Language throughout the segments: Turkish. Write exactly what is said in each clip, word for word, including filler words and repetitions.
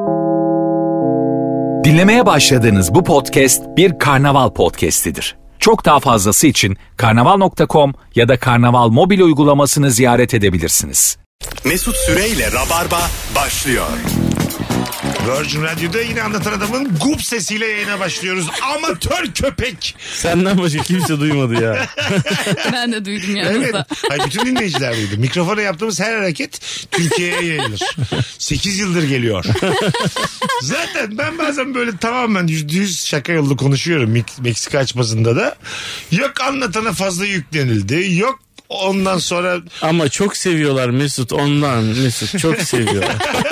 Dinlemeye başladığınız bu podcast bir karnaval podcastidir. Çok daha fazlası için karnaval nokta com ya da karnaval mobil uygulamasını ziyaret edebilirsiniz. Mesut Süreyle Rabarba başlıyor. Virgin Radio'da yine Anlatan Adam'ın gup sesiyle yayına başlıyoruz. Amatör köpek. Senden başka kimse duymadı ya. Ben de duydum yalnız Evet. da. Hayır, bütün dinleyiciler duydu. Mikrofona yaptığımız her hareket Türkiye'ye yayılır. sekiz yıldır geliyor. Zaten ben bazen böyle tamamen yüzde yüz şaka yollu konuşuyorum Mek- Meksika açmasında da. Yok anlatana fazla yüklenildi. Yok ondan sonra... Ama çok seviyorlar Mesut, ondan Mesut çok seviyorlar.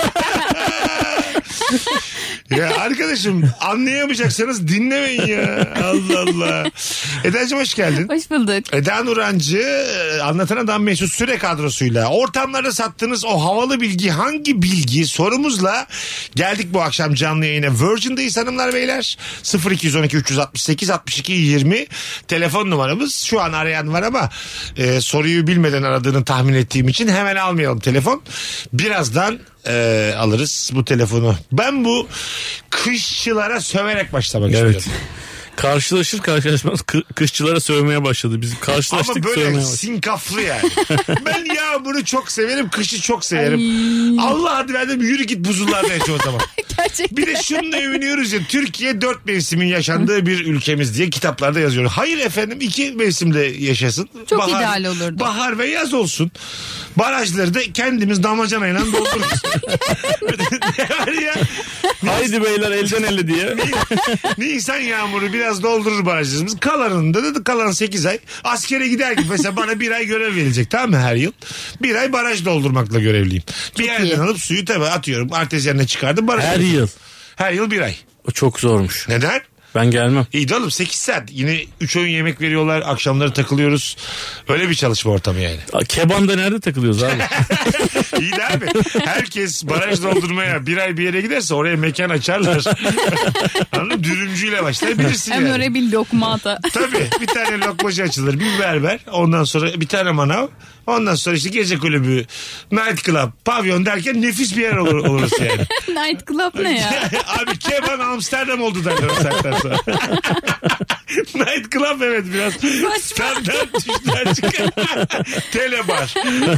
Ya arkadaşım anlayamayacaksanız dinlemeyin ya. Allah Allah. Eda'cığım hoş geldin. Hoş bulduk. Eda Nurancı Anlatan Adam Mesut Süre kadrosuyla ortamlarda sattığınız o havalı bilgi hangi bilgi sorumuzla geldik bu akşam canlı yayına. Virgin'dayız hanımlar beyler. sıfır iki on iki üç altı sekiz altmış iki yirmi telefon numaramız. Şu an arayan var ama e, soruyu bilmeden aradığını tahmin ettiğim için hemen almayalım telefon. Birazdan e, alırız bu telefonu. Ben bu kışçılara söverek başlamak Evet. istiyorum. Karşılaşır karşılaşmaz kı- kışçılara sövmeye başladı. Biz karşılaştık, Ama böyle sövmeye başladı. sinkaflı yani. Ben yağmuru çok severim, kışı çok severim. Ay. Allah hadi verdim, yürü git buzullarda yaşa o zaman. Gerçekten. Bir de şununla övünüyoruz ya, Türkiye dört mevsimin yaşandığı bir ülkemiz diye kitaplarda yazıyor. Hayır efendim, iki mevsimde yaşasın. Çok ideal olurdu. Bahar ve yaz olsun. Barajları da kendimiz damacanayla doldururuz. Ne var ya? Haydi beyler elden ele diye. Nisan yağmuru biraz doldurur barajlarımız. Kalanında da kalan sekiz ay askere gider gibi. Mesela bana bir ay görev verilecek, tamam mı, her yıl? Bir ay baraj doldurmakla görevliyim. Bir Çok yerden iyi. alıp suyu tabii atıyorum. Artezyenle çıkardım. Baraj Her yıl. Her yıl bir ay. O çok zormuş. Neden? Ben gelmem. İyi de oğlum, sekiz saat. Yine üç öğün yemek veriyorlar. Akşamları takılıyoruz. Öyle bir çalışma ortamı yani. Kebanda nerede takılıyoruz abi? İyi de abi. Herkes baraj doldurmaya bir ay bir yere giderse oraya mekan açarlar. Anladın mı? Dürümcüyle başlayabilirsin Hem yani. oraya bir lokma ata. Tabii, bir tane lokmacı açılır, bir berber, ondan sonra bir tane manav, ondan sonra işte gece kulübü, night club, pavyon derken nefis bir yer olur, oluruz yani. Night club ne ya? Abi keban Amsterdam oldu derler o saatten sonra. Night club evet, biraz standart düşler çıkar. Telebar.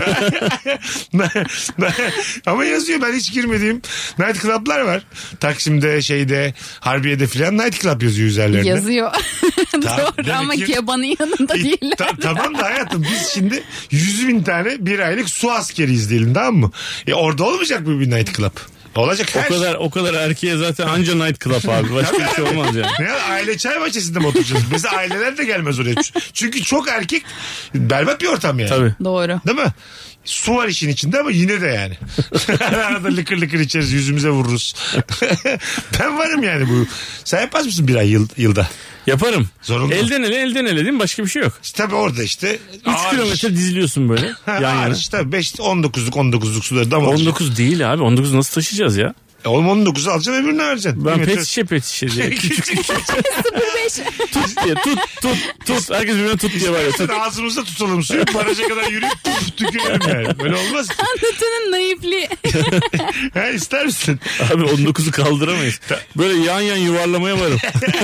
Ama yazıyor, ben hiç girmediğim night club'lar var. Taksim'de, şeyde, Harbiye'de filan night club yazıyor üzerlerinde. Yazıyor. Tamam, Doğru demek ama ki- kebanın yanında E, değiller. ta- tamam da hayatım, biz şimdi yüz bin tane bir aylık su askeriyiz diyelim, tamam mı? E orada olmayacak mı bir night club? Olacak her O kadar o kadar erkeğe zaten anca night club abi. Başka bir şey olmaz yani. Ne, aile çay bahçesinde mi oturacağız? Mesela aileler de gelmez oraya. Çünkü çok erkek, berbat bir ortam yani. Tabii. Doğru. Değil mi? Su var işin içinde ama yine de yani. Arada lıkır lıkır içeriz, yüzümüze vururuz. Ben varım yani bu. Sen yapmaz mısın bir ay yıl, yılda? Yaparım. Zorunlu. Elden ele elden ele değil mi? Başka bir şey yok. İşte tabii orada işte. üç kilometre diziliyorsun böyle yan yana. İşte beş, on dokuzluk on dokuzluk suları dam on dokuz değil abi. on dokuz nasıl taşıyacağız ya? E oğlum on dokuzu alacaksın, öbürünü vereceksin. Ben Bir metre- pet şişe pet şişe diye. Küçük küçük. sıfır beş. Tut diye tut tut tut. Herkes birbirine tut diye var ya. Tut. İstersen ağzımızda tutalım suyu, baraja kadar yürüyüp tuf tükürelim yani. Böyle olmaz. Anlatanın naifliği. Ha, ister misin? Abi on dokuzu kaldıramayız. Böyle yan yan yuvarlamaya varım.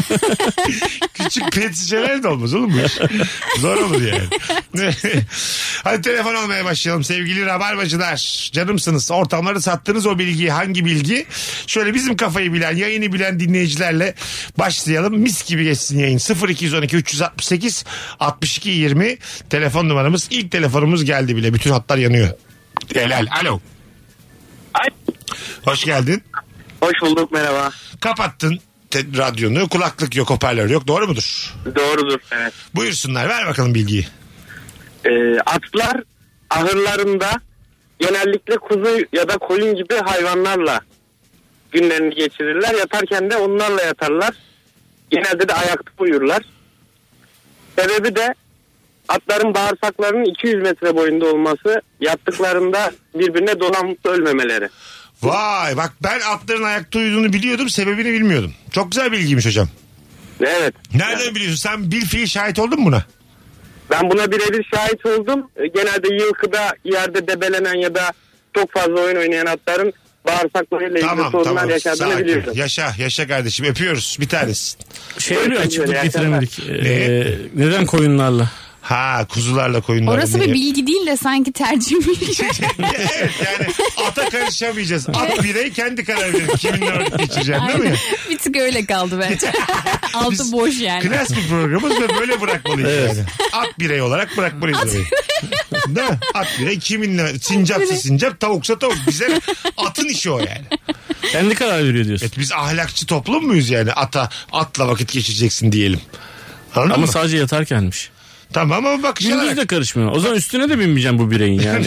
Küçük pet şişeler de olmaz oğlum bu iş. Zor olur yani. Hadi telefon almaya başlayalım sevgili Rabarbacılar. Canımsınız. Ortamları sattığınız o bilgi hangi bilgi? Şöyle bizim kafayı bilen, yayını bilen dinleyicilerle başlayalım. Mis gibi geçsin yayın. sıfır iki on iki üç altı sekiz altmış iki yirmi telefon numaramız. İlk telefonumuz geldi bile. Bütün hatlar yanıyor. Helal. Alo. Ay. Hoş geldin. Hoş bulduk, merhaba. Kapattın te- radyonu. Kulaklık yok, hoparlör yok. Doğru mudur? Doğrudur, evet. Buyursunlar. Ver bakalım bilgiyi. Ee, atlar ahırlarında genellikle kuzu ya da koyun gibi hayvanlarla günlerini geçirirler. Yatarken de onlarla yatarlar. Genelde de ayakta uyurlar. Sebebi de atların bağırsaklarının iki yüz metre boyunda olması, yattıklarında birbirine dolanıp ölmemeleri. Vay bak, ben atların ayakta uyuduğunu biliyordum, sebebini bilmiyordum. Çok güzel bilgiymiş hocam. Evet. Nereden biliyorsun? Sen bil fiil şahit oldun mu buna? Ben buna birebir şahit oldum. Genelde yılkıda yerde debelenen ya da çok fazla oyun oynayan atların bağırsaklarıyla ilgili Tamam sorunlar tamam. yaşadığını Sakin. biliyorum. Yaşa yaşa kardeşim öpüyoruz bir tanesi. Şey bir açıklık Yani- getiremedik. Ee, neden koyunlarla? Ha kuzularla koyunlarla. Orası bir niye? bilgi değil de sanki tercih bilgi. Evet yani ata karışamayacağız. At birey kendi karar verir. Kiminle vakit geçireceğim değil mi? Bir tık öyle kaldı bence. Altı Biz boş yani. Klas bir programız ve böyle bırakmalıyız yani. At birey olarak bırakmalıyız orayı. Değil mi? At birey kiminle sincapsa sincap tavuksa tavuk. Bize atın işi o yani. Kendi karar veriyor diyorsun. Evet, biz ahlakçı toplum muyuz yani? Ata atla vakit geçireceksin diyelim. Anladın Ama mı? sadece yatarkenmiş. Tamam ama bakış Gündüz olarak. de karışmıyor. O zaman üstüne de binmeyeceğim bu bireyin yani.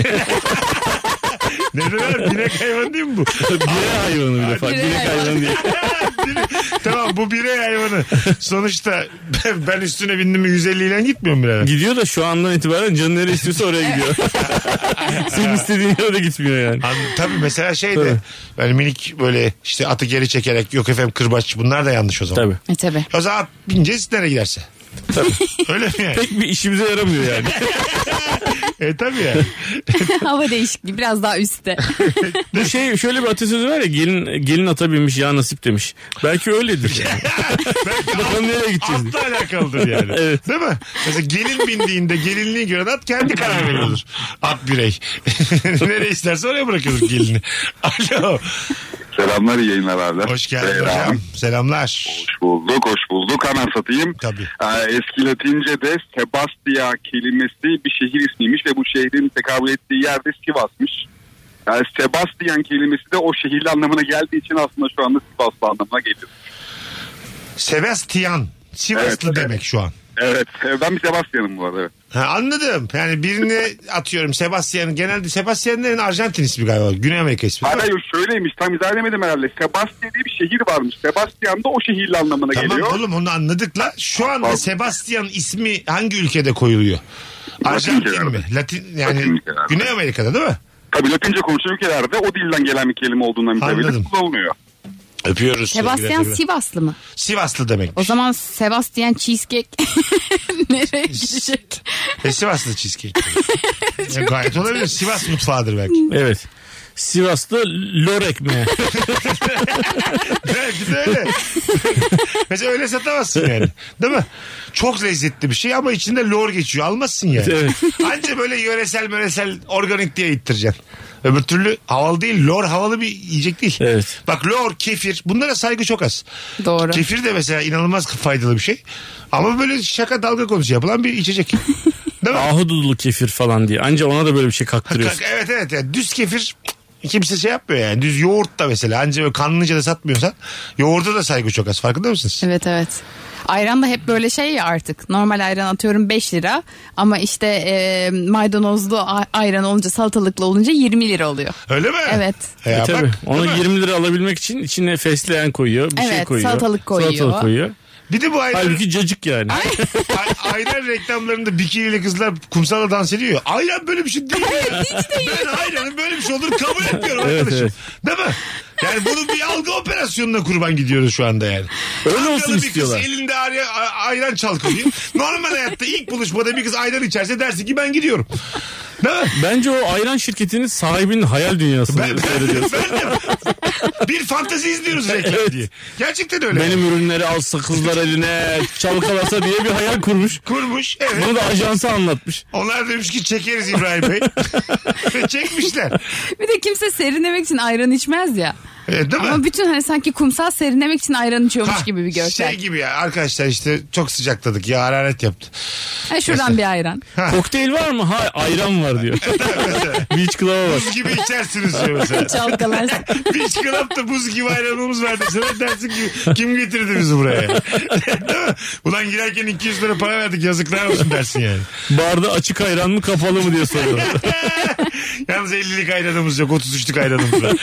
Ne diyorlar? Binek hayvan değil mi bu? Birey hayvanı bir defa. Birey Binek hayvanı. hayvanı değil. Tamam bu birey hayvanı. Sonuçta ben, ben üstüne bindim mi yüz elli ile gitmiyorum birader. Gidiyor da şu andan itibaren canı nereye istiyorsa oraya gidiyor. Senin istediğin yere de gitmiyor yani. An, tabii mesela şey de böyle minik böyle işte atı geri çekerek yok efendim kırbaç bunlar da yanlış o zaman. Tabii. E tabi. O zaman at bineceğiz nereye giderse. Tabii. Öyle mi yani? Pek bir işimize yaramıyor yani. E tabii yani. Hava değişikliği biraz daha üstte. Bu şey şöyle bir atasözü var ya gelin gelin ata binmiş ya nasip demiş. Belki öyledir yani. Bakalım nereye gideceğiz diye. Atla alakalıdır yani. Evet. Değil mi? Mesela gelin bindiğinde gelinliği gören at kendi karar veriyordur. At birey. Nereye isterse oraya bırakıyordur gelini. Alo. Selamlar, iyi yayınlar abi. Hoş geldin Selam. hocam. Selamlar. Hoş bulduk, hoş bulduk. Hemen satayım. Tabii. Ee, eski Latince'de Sebastia kelimesi bir şehir ismiymiş ve bu şehrin tekabül ettiği yerde Sivas'mış. Yani Sebastian kelimesi de o şehirli anlamına geldiği için aslında şu anda Sivaslı anlamına geliyor. Sebastian. Sivaslı Evet, evet. demek şu an. Evet, ben bir Sebastian'ım bu arada. Evet. Ha, anladım. Yani birini atıyorum Sebastian. Genelde Sebastian'ların Arjantin ismi galiba. Güney Amerika ismi. Hayır şöyleymiş, tam izah edemedim herhalde. Sebastia diye bir şehir varmış. Sebastian da o şehirli anlamına Tamam geliyor. oğlum onu anladık la. Şu anda Tamam. Sebastian ismi hangi ülkede koyuluyor? Arjantin ülkelerde. mi? Latin yani Latin ülkelerde. Güney Amerika'da değil mi? Tabii Latince konuşan ülkelerde o dilden gelen bir kelime olduğundan mütevellit Anladım. kullanılıyor. Öpüyoruz. Sebastian sevgiler, sevgiler. Sivaslı mı? Sivaslı demek. O zaman Sebastian Cheesecake nereye gidecek? E, Sivaslı cheesecake. e, gayet olabilir. Sivas mutfağıdır belki. Evet. Sivas'ta lor ekmeği. Belki de öyle. Mesela öyle satamazsın yani. Değil mi? Çok lezzetli bir şey ama içinde lor geçiyor. Almazsın yani. Evet. Anca böyle yöresel möresel organik diye ittireceksin. Öbür türlü havalı değil. Lor havalı bir yiyecek değil. Evet. Bak lor, kefir bunlara saygı çok az. Doğru. Kefir de mesela inanılmaz faydalı bir şey. Ama böyle şaka dalga konusu yapılan bir içecek. Değil mi? Ahududulu kefir falan diye. Anca ona da böyle bir şey kaktırıyorsun. Ka- Evet evet. Yani düz kefir kimse şey yapmıyor yani. Düz yoğurt da mesela. Anca böyle kanlıca da satmıyorsan yoğurda da saygı çok az. Farkında mısınız? Evet evet. Ayran da hep böyle şey ya artık. Normal ayran atıyorum beş lira ama işte e, maydanozlu a- ayran olunca salatalıklı olunca yirmi lira oluyor. Öyle mi? Evet. E ya E tabii. bak, Onu değil mi? yirmi lira alabilmek için içine fesleğen koyuyor. Bir şey Evet, koyuyor. salatalık koyuyor. Salatalık koyuyor. Bir de bu ayran, Halbuki cacık yani. ay- ayran reklamlarında bikinili kızlar kumsala dans ediyor. Ayran böyle bir şey değil. ya. Ben ayranın böyle bir şey olur kabul etmiyorum Evet, arkadaşım. evet. Değil mi? Yani bunun bir algı operasyonuna kurban gidiyoruz şu anda yani. Öyle Ankara'da olsun bir kız istiyorlar. elinde ay- ay- ayran çalkalıyor. Normal hayatta ilk buluşmada bir kız ayran içerse dersin ki ben gidiyorum. Değil mi? Bence o ayran şirketinin sahibinin hayal dünyasını Ben, seyrediyoruz. ben de bir fantezi izliyoruz reklam diye. Gerçekten öyle. Benim ürünleri alsa kızlar eline çalkalasa diye bir hayal kurmuş. Kurmuş. Evet. Bunu da ajansa anlatmış. Onlar demiş ki çekeriz İbrahim Bey. Ve çekmişler. Bir de kimse serinlemek için ayran içmez ya. Evet, değil mi? Ama bütün hani sanki kumsal serinlemek için ayran içiyormuş Ha, gibi bir görsel. Şey gibi ya arkadaşlar işte çok sıcakladık ya hararet yaptı. Ha, şuradan bir ayran. Kokteyl var mı? Ha ayran var diyor. Beach Club'a bak. Buz gibi içersiniz diyor mesela. Çalkalarsın. Beach Club'da buz gibi ayranımız var desene dersin ki kim getirdi bizi buraya? Değil mi? Ulan girerken iki yüz lira para verdik yazıklar olsun dersin yani. Barda açık ayran mı kapalı mı diye soruyor. Yalnız ellilik ayranımız yok otuz üçlük ayranımız var.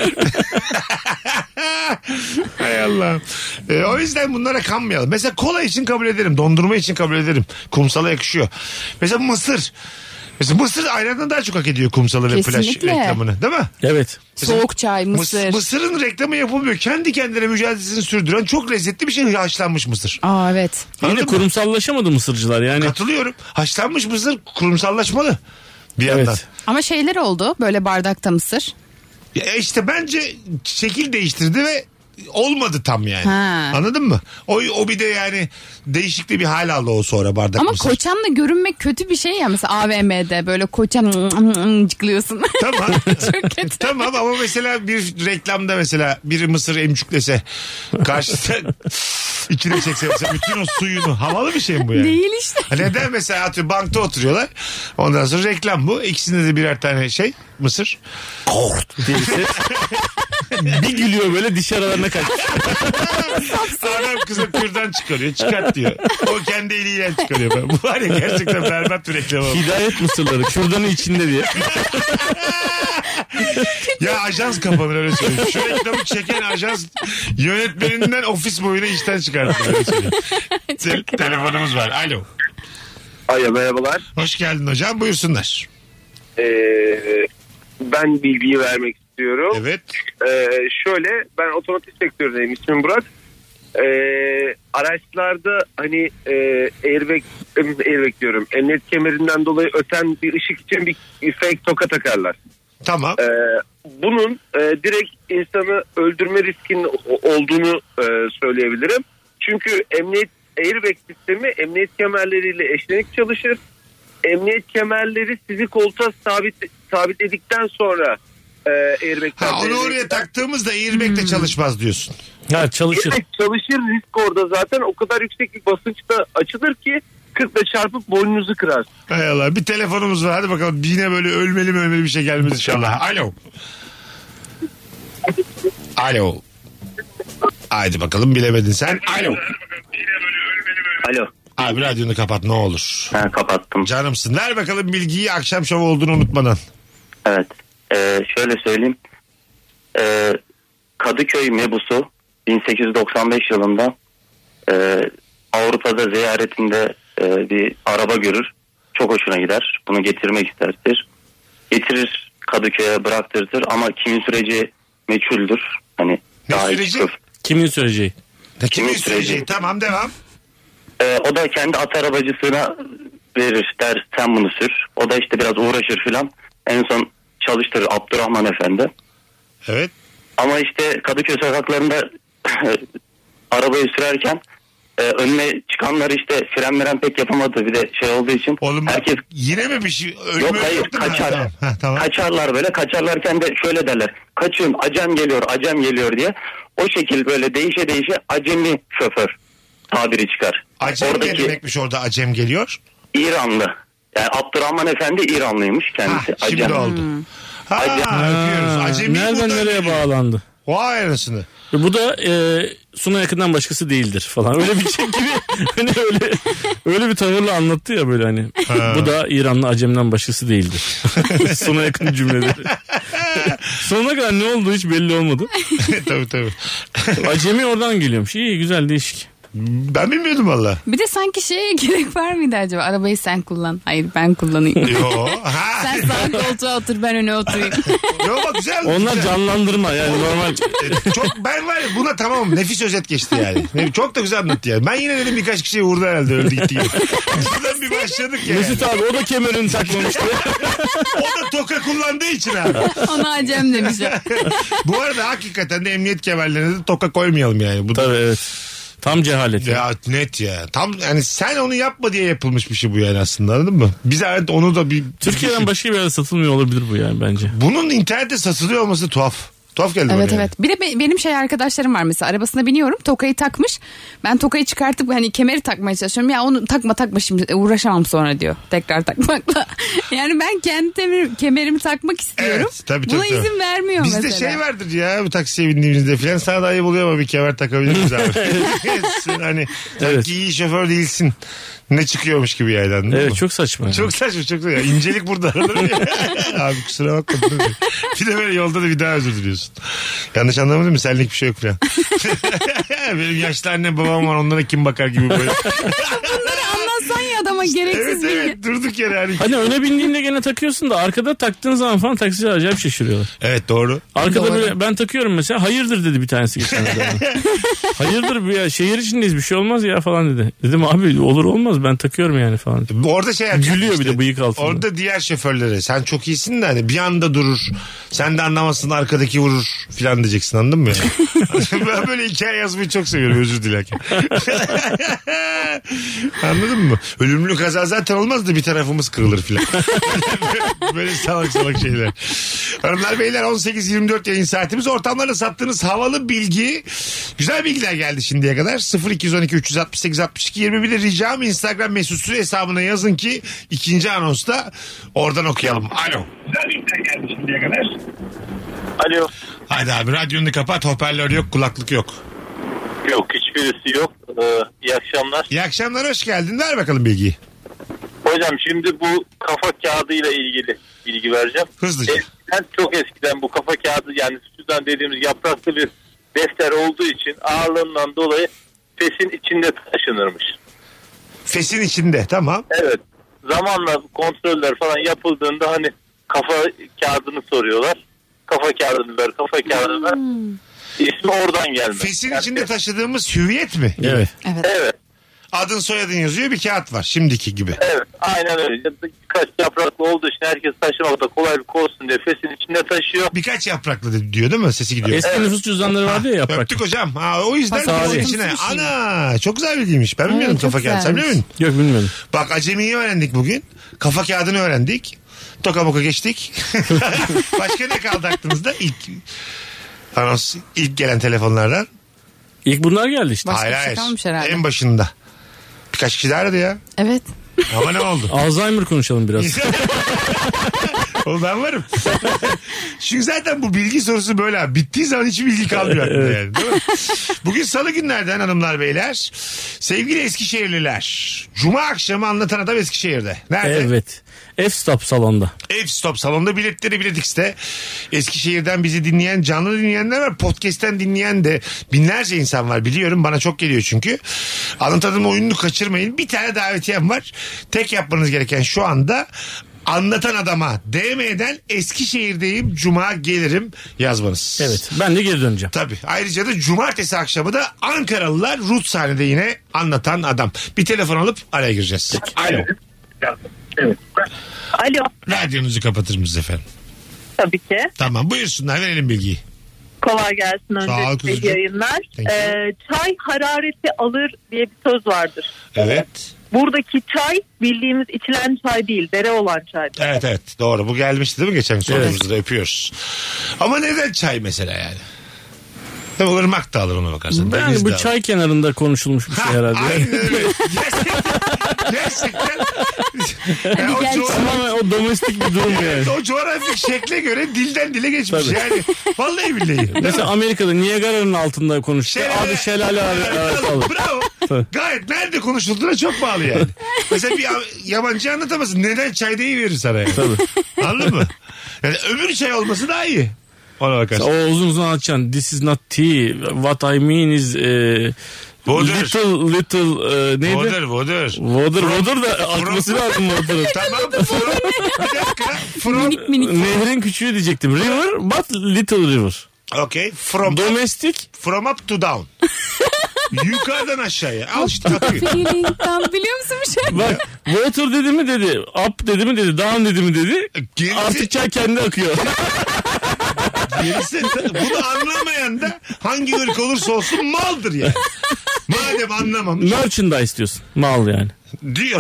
Hay Allah. Ee, o yüzden bunlara kanmayalım. Mesela kola için kabul ederim. Dondurma için kabul ederim. Kumsala yakışıyor. Mesela mısır. Mesela mısır ayrandan daha çok hak ediyor kumsalı ve plaj Kesinlikle. reklamını. Değil mi? Evet. Soğuk çay, Mıs- mısır. mısırın reklamı yapılmıyor. Kendi kendine mücadelesini sürdüren çok lezzetli bir şey haşlanmış mısır. Aa evet. Yine Anladın mı? kurumsallaşamadı mısırcılar yani. Katılıyorum. Haşlanmış mısır kurumsallaşmalı. Bir Evet. yandan. Ama şeyler oldu böyle bardakta mısır. Ya işte bence şekil değiştirdi ve olmadı tam yani. Ha. Anladın mı? O, o bir de yani değişik de bir hal aldı o sonra bardak Ama mısır. koçanla görünmek kötü bir şey ya. Mesela A V M'de böyle koçan cıklıyorsun. Tamam. Çok kötü. Tamam ama mesela bir reklamda mesela biri mısır emcüklese karşısında içine çekse mesela bütün o suyunu, havalı bir şey mi bu yani? Değil işte. Ha, neden mesela atıyor bankta oturuyorlar. Ondan sonra reklam bu. İkisinde de birer tane şey mısır. Kort diye bir ses. Bir gülüyor böyle diş aralarına kaçmış. Adam kıza kürdan çıkarıyor. Çıkart diyor. O kendi eliyle çıkarıyor. Bu var ya gerçekten berbat bir reklam. Hidayet mısırları kürdanın içinde diye. Ya ajans kapanır öyle söyleyeyim. Şu reklamı çeken ajans yönetmeninden ofis boyuna işten çıkartır öyle söyleyeyim. Te- telefonumuz var. Alo. Alo merhabalar. Hoş geldin hocam. Buyursunlar. Ee, ben bilgiyi vermek istiyorum. Evet. Ee, şöyle ben otomotiv sektöründeyim. İsmim Burak. Ee, araçlarda hani e, airbag, airbag diyorum. Emniyet kemerinden dolayı öten bir ışık için bir fake toka takarlar. Tamam. Ee, bunun e, direkt insanı öldürme riskinin o- olduğunu e, söyleyebilirim. Çünkü emniyet airbag sistemi emniyet kemerleriyle eşlenik çalışır. Emniyet kemerleri sizi koltuğa sabit sabitledikten sonra e, airbag'den... Ha, onu oraya taktığımızda airbag de çalışmaz diyorsun. Ha çalışır. Airbag çalışır, risk orada zaten o kadar yüksek bir basınçta açılır ki kırkla çarpıp boynunuzu kırar. Hay Allah, bir telefonumuz var. Hadi bakalım yine böyle ölmeli mi ölmeli bir şey gelmez inşallah. Alo. Alo. Haydi bakalım, bilemedin sen. Alo. Alo. Abi radyonu kapat ne olur. Ha, kapattım. Canımsın. Ver bakalım bilgiyi, akşam şovu olduğunu unutmadan. Evet. Ee, şöyle söyleyeyim. Ee, Kadıköy mebusu bin sekiz yüz doksan beş yılında e, Avrupa'da ziyaretinde e, bir araba görür. Çok hoşuna gider. Bunu getirmek isterdir. Getirir, Kadıköy'e bıraktırır ama kimin süreci meçhuldür. Hani Ne daha süreci? çıkıp- Kimin süreceği? Kimin Kimin süreci? süreci? Tamam, devam. Ee, o da kendi at arabacısına verir, der sen bunu sür. O da işte biraz uğraşır filan. En son çalıştırır Abdurrahman Efendi. Evet. Ama işte Kadıköy sokaklarında arabayı sürerken e, önüne çıkanlar işte fren meren pek yapamadı. Bir de şey olduğu için Oğlum bak, herkes yine mi bir şey? Ölme yok hayır yoktu mu? kaçar. Ha, tamam. Ha, tamam. Kaçarlar böyle, kaçarlarken de şöyle derler. Kaçın, acem geliyor, acem geliyor diye. O şekil böyle değişe değişe acemi şoför tabiri çıkar. Acem ne Oradaki demekmiş orada, acem geliyor? İranlı. Yani Abdurrahman Efendi İranlıymış kendisi. Ha, şimdi acem. oldu. Ha, Acem. öpüyoruz. Acemi Nereden buradan nereye geliyor. bağlandı? Vay anasını. E bu da e, Suna yakından başkası değildir falan. Öyle bir şey gibi hani öyle öyle bir tavırla anlattı ya böyle hani. Bu da İranlı Acem'den başkası değildir. Suna yakın cümleleri. Sonuna kadar ne olduğu hiç belli olmadı. Tabii tabii. Acemi oradan geliyormuş. İyi, güzel, değişik. Ben bilmiyordum valla. Bir de sanki şeye gerek var mıydı acaba? Arabayı sen kullan. Hayır, ben kullanayım. Yo. Ha. Sen sağ koltuğa otur, ben öne oturayım. Yo bak güzel. Onlar güzel. canlandırma yani normal. E, Çok ben var ya buna tamamım. Nefis özet geçti yani. Ne- Çok da güzel anlattı yani. Ben yine dedim birkaç kişiye vurdu herhalde, öldü gitti gibi. Buradan bir başladık ya. Mesut abi o da kemerini takmamıştı. O da toka kullandığı için abi. Ona acem demiş. Bu arada hakikaten de emniyet kemerlerine de toka koymayalım yani. Bu da Tabii evet. Tam cehalet. ya net ya. Tam yani sen onu yapma diye yapılmış bir şey bu yani aslında, anladın mı? Bize evet onu da bir... Türkiye'den başka bir yerde satılmıyor olabilir bu yani bence. Bunun internette satılıyor olması tuhaf. Tuhaf geldi bana Evet yani. evet. Bir de be- benim şey arkadaşlarım var mesela, arabasına biniyorum, tokayı takmış. Ben tokayı çıkartıp hani kemeri takmaya çalışıyorum. Ya onu takma takma şimdi, uğraşamam sonra diyor tekrar takmakla. Yani ben kendi temir, kemerimi takmak istiyorum. Evet, tabii, tabii, Buna tabii. izin vermiyor Bizde mesela. şey vardır ya, bu taksiye bindiğimizde falan sana da ayıp oluyor ama bir kemer takabilir miyiz abi? Sen hani Evet. sanki iyi şoför değilsin. Ne çıkıyormuş gibi yani, anladın Evet mı? çok saçma. Yani. Çok saçma, çok saçma. İncelik burada aranır mı ya? Abi kusura bakma. dur diyor. Bir de böyle yolda da bir daha özür diliyorsun. Yanlış anlamadın mı? Senlik bir şey yok falan. Benim yaşlı annem babam var, onlara kim bakar gibi böyle. Bunları anlatsan ya adama, gereksiz Evet bilgi. evet, durduk yere hani. Hani öne bindiğinde gene takıyorsun da arkada taktığın zaman falan taksiciler acayip şaşırıyorlar. Evet doğru. Arkada Doğru. böyle ben takıyorum mesela, hayırdır dedi bir tanesi geçenlerde bana. Hayırdır bu ya, şehir içindeyiz bir şey olmaz ya falan dedi. Dedim abi olur olmaz olmaz ben takıyorum yani falan. Orada şey yapacak Gülüyor işte. bir de bıyık altında. Orada diğer şoförlere sen çok iyisin de hani bir anda durur. Sen de anlamazsın arkadaki vurur filan diyeceksin, anladın mı? Ben böyle hikaye yazmayı çok seviyorum özür dilerken. Anladın mı? Ölümlü kaza zaten olmaz da bir tarafımız kırılır filan. Böyle salak salak şeyler. Hanımlar beyler on sekiz yirmi dört yayın saatimiz. Ortamlarda sattığınız havalı bilgi. Güzel bilgiler geldi şimdiye kadar. sıfır iki on iki üç altı sekiz altmış iki yirmi bir ricam Instagram mesut süre hesabına yazın ki ikinci anonsta oradan okuyalım. Alo. Güzel bilgiler geldi şimdiye kadar. Alo. Hadi abi radyonu kapat, hoparlör yok, kulaklık yok. Yok, hiçbirisi yok. Ee, iyi akşamlar. İyi akşamlar, hoş geldin. Ver bakalım bilgiyi. Hocam şimdi bu kafa kağıdıyla ilgili bilgi vereceğim. Hızlıca. Eskiden, çok eskiden bu kafa kağıdı yani sütüden dediğimiz yapraklı bir defter olduğu için ağırlığından dolayı fesin içinde taşınırmış. Fesin içinde, tamam. Evet. Zamanla kontroller falan yapıldığında hani kafa kağıdını soruyorlar. Kafa kağıdını ver, kafa kağıdını ver. Hmm. İsmi oradan gelmiş. Fesin yani içinde taşıdığımız hüviyet mi? Evet. Evet. Evet. Adın soyadın yazıyor, bir kağıt var şimdiki gibi. Evet, aynen öyle. Birkaç yapraklı olduğu için herkes taşımakta kolaylık olsun diye fesin içinde taşıyor. Birkaç yapraklı diyor değil mi? Sesi gidiyor. Eski evet. Nüfus cüzdanları vardı ya yaprak. Öptük hocam. Ha, o yüzden Tarih. içine. Ana çok güzel bilgiymiş. Ben bilmiyorum evet, kafa kağıdı. Sen biliyor musun? Yok bilmiyorum. Bak acemiyi öğrendik bugün. Kafa kağıdını öğrendik. Toka boka geçtik. Başka ne kaldı aklınızda? İlk anons, ilk gelen telefonlardan. İlk bunlar geldi işte. Başka Hayır bir şey hayır. kalmış herhalde. En başında. Birkaç kişi de aradı ya. Evet. Ama ne oldu? Alzheimer konuşalım biraz. Oğlum ben varım. Çünkü zaten bu bilgi sorusu böyle abi. Bittiği zaman hiç bilgi kalmıyor aklında yani. Değil mi? Bugün salı günlerden hanımlar beyler. Sevgili Eskişehirliler. Cuma akşamı Anlatan Adam Eskişehir'de. Nerede? Evet. F-Stop salonda. F-Stop salonda, biletleri Bilet X'te. Eskişehir'den bizi dinleyen, canlı dinleyenler var. Podcast'ten dinleyen de binlerce insan var biliyorum. Bana çok geliyor çünkü. Anlatan Adam'ın oyununu kaçırmayın. Bir tane davetiyem var. Tek yapmanız gereken şu anda Anlatan Adam'a D M'den Eskişehir'deyim Cuma gelirim yazmanız. Evet, ben de geri döneceğim. Tabii. Ayrıca da cumartesi akşamı da Ankaralılar Rut sahnede yine Anlatan Adam. Bir telefon alıp araya gireceğiz. Alo. Evet. Alo. Radyonuzu kapatır mısınız efendim? Tabii ki. Tamam, buyursunlar, verelim bilgiyi. Kolay gelsin Sağ ol öncelikle kuzucuğum. yayınlar. Thank you. Ee, çay harareti alır diye bir söz vardır. Evet. Buradaki çay bildiğimiz içilen çay değil, dere olan çay. Evet evet doğru, bu gelmişti değil mi geçen sorumuzda, da öpüyoruz. Ama neden çay mesela yani? Tabii Irmak da alır ona bakarsan. Yani Deniz bu de çay alır. kenarında konuşulmuş bir şey Ha, herhalde. aynen öyle. Gerçekten. Gerçekten. Yani o, gel coğrafya, Ama o domestik bir durum yani. o coğrafik şekle göre dilden dile geçmiş Tabii. yani. Vallahi billahi. Mesela Amerika'da Niagara'nın altında konuştu. Şelale- Abi şelale arası alır. Bravo. Tabii. Gayet nerede konuşulduğuna çok bağlı yani. Mesela bir yabancı anlatamazsın. Neden çay verir sana yani. Tabii. Anladın mı? Yani öbür çay olması daha iyi. Ona bakarsın. O uzun uzun anlatacaksın. This is not tea. What I mean is e, Water. little little e, neydi? Water, water. Water, water da akması lazım water'ın. Tamam. From, bir dakika. From, Minik minik. Nehrin küçüğü diyecektim. River but little river. okay. From, Domestic. from up to down. Yukarıdan aşağıya. Al işte akıyor. Feeling tam biliyor musun bir şey? Bak water dedi mi dedi. Up dedi mi dedi. Down dedi mi dedi. Gerisi- Artık çay kendi akıyor. Gerisi, bunu anlamayan da hangi ırk olursa olsun maldır yani. Madem anlamamış. Merchandise diyorsun. Mal yani. Diyor.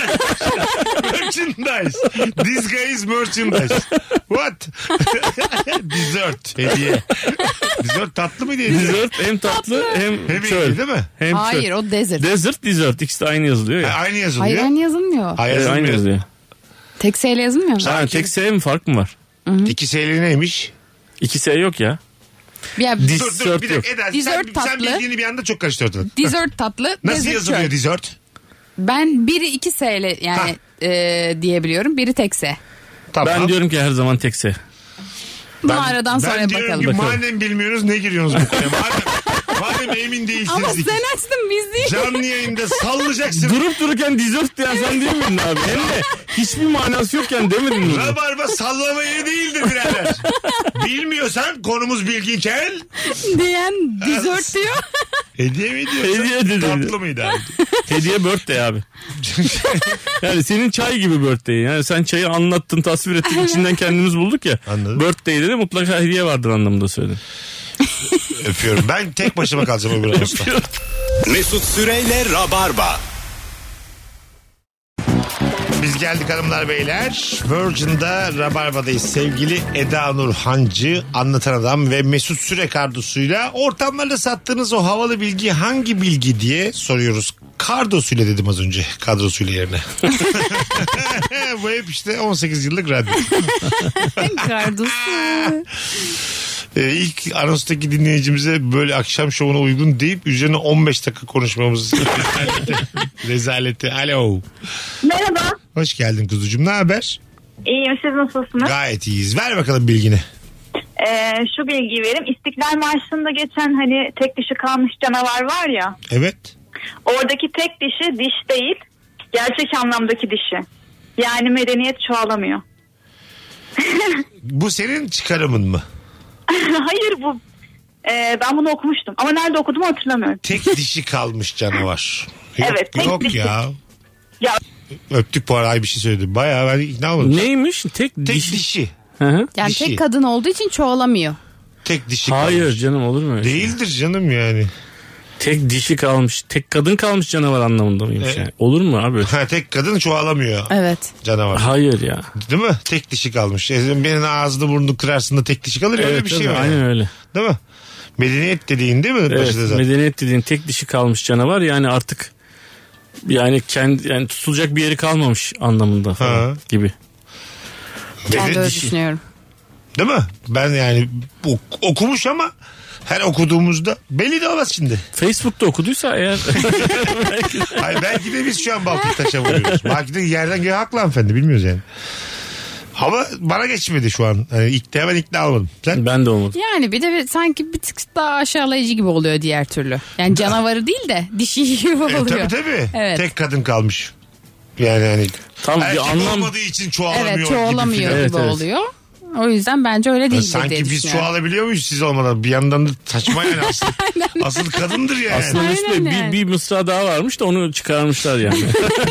Merchandise. This guy is merchandise. What? Dessert. Hediye. Dessert tatlı mıydı hediye? Dessert hem tatlı hem, Hem çöl. hediye değil mi? Hem Hayır çöl. o desert. Desert, dessert. İkisi de aynı yazılıyor Ha, ya. aynı yazılıyor. Hayır aynı yazılmıyor. Hayır, Evet, aynı yazılmıyor. yazılıyor. Tek seyle yazılmıyor mu? Ha, tek S mi fark mı var? İki seyli neymiş? İki S yok ya. Ya, Dur dur Dessert bir yok. dakika Eda. Dessert Sen, sen tatlı. bildiğini bir anda çok karıştı ortalık. dessert tatlı. Nasıl desert yazılıyor çöl. dessert? Ben biri iki seyle yani e, diyebiliyorum. Biri tek se. Tamam. Ben diyorum ki her zaman tek S. Bunu aradan sonra ben diyorum bakalım. ki madem bilmiyoruz ne giriyorsunuz bu konuya? Madem, madem emin değilsiniz. Ama ikiniz. sen açtın biz değil. Canlı yayında sallayacaksın. Durup dururken dessert diyen sen değil miydin abi? Hem de hiçbir manası yokken demedin mi? Rabarba sallama yeri değildir birader. Bilmiyorsan konumuz bilgiyken Diyen dessert diyor. hediye mi diyorsun? Hediye dedi. Tatlı mıydı abi? Hediye birthday abi. Yani senin çay gibi birthday. Yani sen çayı anlattın, tasvir ettin, içinden kendimiz bulduk ya. Anladım. Birthday'de de mutlaka hediye vardır anlamında söyledim. Öpüyorum. Ben tek başıma kalacağım öbür hafta. Mesut Süreyle Rabarba. Biz geldik hanımlar beyler. Virgin'da Rabarba'dayız. Sevgili Eda Nur Hancı, Anlatan Adam ve Mesut Süre kadrosuyla ortamlarda sattığınız o havalı bilgi hangi bilgi diye soruyoruz. Kardosuyla dedim az önce, kadrosuyla yerine. Bu hep işte on sekiz yıllık radyo. Kardosu. Ee, ilk anonstaki dinleyicimize böyle akşam şovuna uygun deyip üzerine on beş dakika konuşmamız rezaleti. Rezaleti. Alo. Merhaba. Hoş geldin kuzucuğum. Ne haber? İyiyim, siz nasılsınız? Gayet iyiyiz. Ver bakalım bilgini. Ee, şu bilgiyi vereyim. İstiklal Marşı'nda geçen hani tek dişi kalmış canavar var ya. Evet. Oradaki tek dişi diş değil. Gerçek anlamdaki dişi. Yani medeniyet çoğalamıyor. Bu senin çıkarımın mı? Hayır bu. Ee, ben bunu okumuştum. Ama nerede okuduğumu hatırlamıyorum. Tek dişi kalmış canavar. Yok, Evet, tek yok dişi. ya. Ya Öptük bu arada, bir şey söyledim. Bayağı ben ikna olmadım. Neymiş? Tek, Tek dişi. dişi. Hı hı. Yani Dişi. tek kadın olduğu için çoğalamıyor. Tek dişi Hayır kalmış. canım, olur mu öyle? Değildir canım yani. Tek dişi kalmış. Tek kadın kalmış canavar anlamında mıymış Evet. yani? Olur mu abi? Ha, tek kadın çoğalamıyor. Evet. Canavar. Hayır ya. Değil mi? Tek dişi kalmış. E, Benim ağzını burnunu kırarsın da tek dişi kalır. Öyle Evet, bir şey tabii, var. aynen öyle. Değil mi? Medeniyet dediğin değil mi? Evet, Başta zaten. medeniyet dediğin tek dişi kalmış canavar yani artık yani kendi yani tutulacak bir yeri kalmamış anlamında falan Ha. gibi. Ben de öyle Dişi. düşünüyorum. Değil mi? Ben yani ok- okumuş ama her okuduğumuzda belli de olmaz şimdi. Facebook'ta okuduysa eğer Hayır, belki de biz şu an baltayı taşa vuruyoruz. Belki de yerden göğe haklı hanımefendi, bilmiyoruz yani. Ama bana geçmedi şu an. Yani ilk hemen ikna almadım. Sen? ben de olmadım. Yani bir de bir- sanki bir tık daha aşağılayıcı gibi oluyor diğer türlü. Yani canavarı değil de dişi gibi E, oluyor. tabii tabii. Evet. Tek kadın kalmış. Yani hani Tam bir erkek anlam olmadığı için çoğalamıyor Evet, gibi çoğalamıyor filan. gibi Evet, evet. oluyor. O yüzden bence öyle değil Sanki diye biz düşünüyorum. çoğalabiliyor muyuz siz olmadan? Bir yandan da saçma yani asıl, asıl kadındır yani. aslında Mesut Bey, Aynen. bir, bir mısra daha varmış da onu çıkarmışlar yani.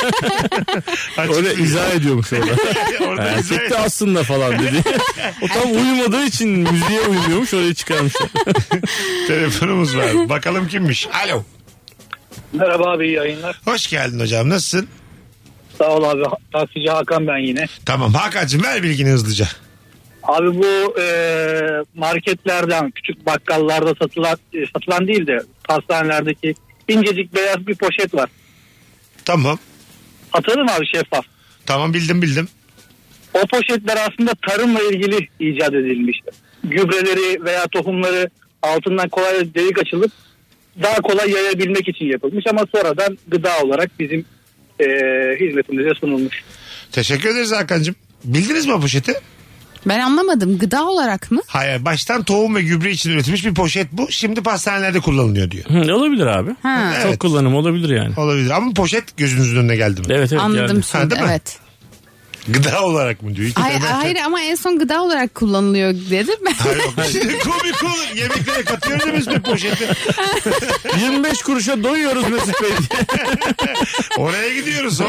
Öyle izah ediyormuş orada. Orada izah Erkek de aslında falan dedi. O tam uyumadığı için müziğe uymuyormuş, orayı çıkarmışlar. Telefonumuz var. Bakalım kimmiş? Alo. Merhaba abi, iyi yayınlar. Hoş geldin hocam. Nasılsın? Sağ ol abi. Taksici Hakan ben yine. Tamam Hakan'cığım, ver bilgini hızlıca. Abi bu e, marketlerden, küçük bakkallarda satılan, e, satılan değil de pastanelerdeki incecik beyaz bir poşet var. Tamam. Hatırladın mı abi, şeffaf? Tamam, bildim bildim. O poşetler aslında tarımla ilgili icat edilmişti. Gübreleri veya tohumları altından kolay delik açılıp daha kolay yayabilmek için yapılmış ama sonradan gıda olarak bizim e, hizmetimize sunulmuş. Teşekkür ederiz Hakan'cığım. Bildiniz mi o poşeti? Ben anlamadım. Gıda olarak mı? Hayır, baştan tohum ve gübre için üretilmiş bir poşet bu. Şimdi pastanelerde kullanılıyor diyor. Hı, olabilir abi. Ha. Evet. Çok kullanım olabilir yani. Olabilir ama poşet gözünüzün önüne geldi mi? Evet evet Anladım geldi. şimdi. Ha, değil mi? Evet. Gıda olarak mı diyor? İki Hayır, tane- hayır ama en son gıda olarak kullanılıyor dedim ben. Hayır, yok. Şimdi komik olur. Yemeklere katıyoruz ya biz bir poşeti. yirmi beş kuruşa doyuyoruz Mesut Bey diye. Oraya gidiyoruz. Oo!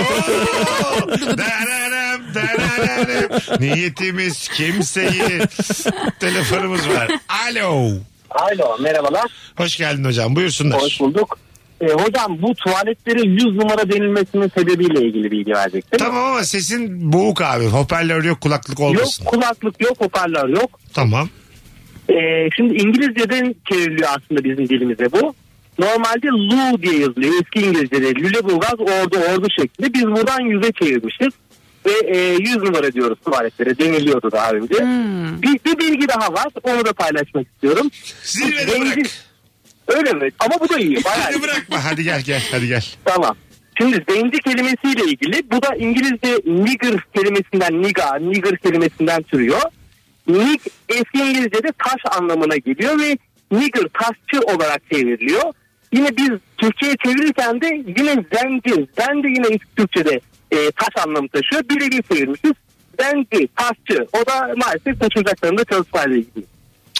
Dararam, dararam. Niyetimiz kimseyi. Telefonumuz var. Alo. Alo, merhabalar. Hoş geldin hocam. Buyursunlar. Hoş bulduk. E, hocam bu tuvaletlerin yüz numara denilmesinin sebebiyle ilgili bilgi verecektim. Tamam ama sesin boğuk abi. Hoparlör yok, kulaklık olmasın. Yok kulaklık yok, hoparlör yok. Tamam. E, şimdi İngilizceden çevriliyor aslında bizim dilimize bu. Normalde lu diye yazılıyor. Eski İngilizce'de Lüleburgaz ordu ordu şeklinde. Biz buradan yüze çevirmişiz. Ve e, yüz numara diyoruz tuvaletlere. Deniliyordu daha önce. Hmm. Bir, bir bilgi daha var. Onu da paylaşmak istiyorum. Zirvede bırak. Öyle mi? Ama bu da iyi. Bayağı Hadi iyi. bırakma. Hadi gel gel. Hadi gel. Tamam. Şimdi zenci kelimesiyle ilgili, bu da İngilizce nigger kelimesinden, niga, nigger kelimesinden türüyor. Nig eski İngilizce'de taş anlamına geliyor ve nigger taşçı olarak çevriliyor. Yine biz Türkçe'ye çevirirken de yine zenci, zen de yine eski Türkçe'de e, taş anlamı taşıyor. Birebir çevirmişiz. Zenci, taşçı. O da maalesef taşıyacaklarında çalışmayla ilgili.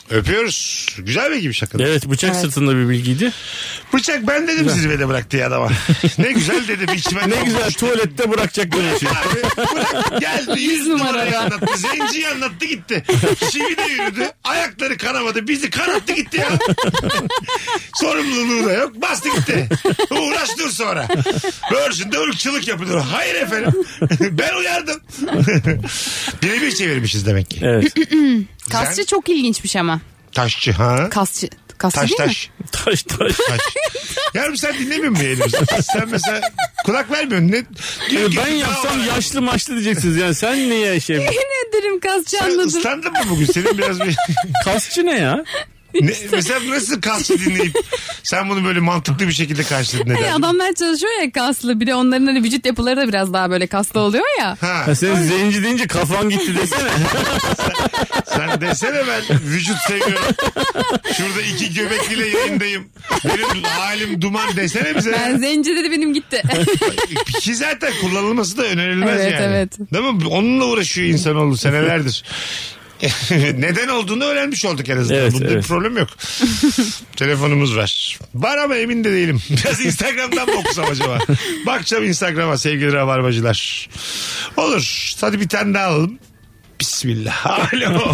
Öpüyoruz. Güzel bilgiymiş hakikaten. Evet, bıçak evet. sırtında bir bilgiydi. Bıçak ben dedim güzel. Zirvede bıraktı ya adama. Ne güzel dedim. İçime ne güzel olmuştu. Tuvalette bırakacak dönüşü. Bırak, geldi yüz numarayı anlattı. Zenciyi anlattı gitti. Çivi de yürüdü. Ayakları kanamadı. Bizi kanattı gitti ya. Sorumluluğu da yok. Bastı gitti. Uğraş dur sonra. Virgin'de ırkçılık yapılıyor. Hayır efendim. Ben uyardım. Birebir çevirmişiz demek ki. Evet. Kasçı çok ilginçmiş ama. Taşçı ha? Kasçı. Kasçı taş değil taş. mi? Taş taş. taş. Yavrum sen dinlemiyor musun yayınımızı? Sen mesela kulak vermiyorsun. Ne? Yani ben yapsam yaşlı maçlı diyeceksiniz yani. Sen niye şey? Ne ederim kasçı sen anladım. Sen ıslandın mı bugün? Senin biraz bir... Kasçı ne ya? Ne, mesela nasıl kasçı dinleyip sen bunu böyle mantıklı bir şekilde karşıladın? Hey, adamlar çalışıyor ya kaslı. Bir de onların hani vücut yapıları da biraz daha böyle kaslı oluyor ya. Ha. Ha, senin zenci deyince kafan gitti desene. sen, sen desene ben vücut seviyorum. Şurada iki göbekliyle yayındayım. Benim halim duman desene bize. Ben zenci dedi benim gitti. Ki zaten kullanılması da önerilmez evet, yani. Evet Değil mi? Onunla uğraşıyor insanoğlu senelerdir. Neden olduğunu öğrenmiş olduk en azından. Evet, Bunda evet. bir problem yok. Telefonumuz var. Var ama emin de değilim. Biraz Instagram'dan mı okusam acaba? Bakacağım Instagram'a sevgili rabarbacılar. Olur. Hadi bir tane daha alalım. Bismillah. Alo.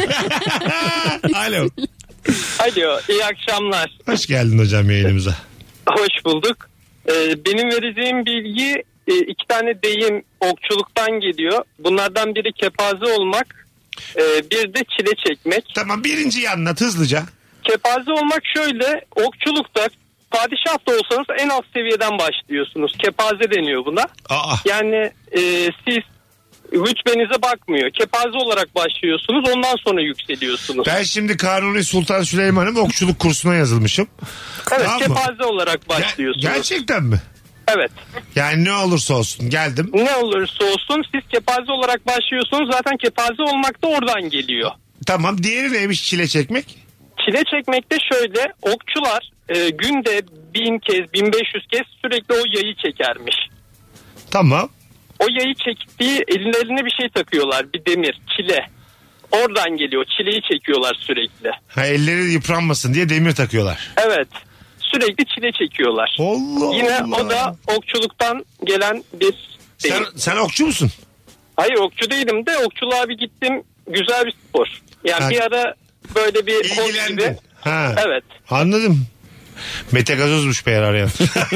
Alo. Alo. İyi akşamlar. Hoş geldin hocam yayınımıza. Hoş bulduk. Ee, benim vereceğim bilgi iki tane deyim okçuluktan geliyor. Bunlardan biri kepaze olmak. Bir de çile çekmek. Tamam, birinciyi anlat hızlıca. Kepaze olmak şöyle, okçulukta padişah da olsanız en alt seviyeden başlıyorsunuz. Kepaze deniyor buna. Aa. Yani e, siz rütbenize bakmıyor. Kepaze olarak başlıyorsunuz, ondan sonra yükseliyorsunuz. Ben şimdi Kanuni Sultan Süleyman'ın okçuluk kursuna yazılmışım. Evet, tamam kepaze olarak başlıyorsunuz. Ger- gerçekten mi? Evet. Yani ne olursa olsun geldim. Ne olursa olsun siz kepaze olarak başlıyorsunuz. Zaten kepaze olmak da oradan geliyor. Tamam, diğeri neymiş çile çekmek? Çile çekmek de şöyle, okçular e, günde bin kez, bin beş yüz kez sürekli o yayı çekermiş. Tamam. O yayı çektiği ellerine bir şey takıyorlar, bir demir, çile. Oradan geliyor, çileyi çekiyorlar sürekli. Ha, elleri yıpranmasın diye demir takıyorlar. Evet. Sürekli çile çekiyorlar. Allah Yine Allah. o da okçuluktan gelen bir sen, deyim. sen okçu musun? Hayır, okçu değilim de okçuluğa bir gittim. Güzel bir spor. Yani ha. bir ara böyle bir hobi gibi. Ha. Evet. Anladım. Mete Gazoz'muş meğer arayan.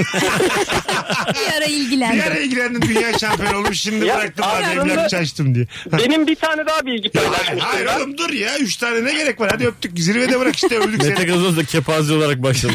Bir ara ilgilendim. Bir ara ilgilendim, dünya şampiyonu olmuş, şimdi ya, bıraktım abi emlakçı açtım diye. Benim bir tane daha bilgi paylaşmıştım. Hayır, hayır oğlum dur ya, üç tane ne gerek var, hadi öptük zirvede bırak işte, öldük seni. Mete Gazoz da kepaze olarak başladı.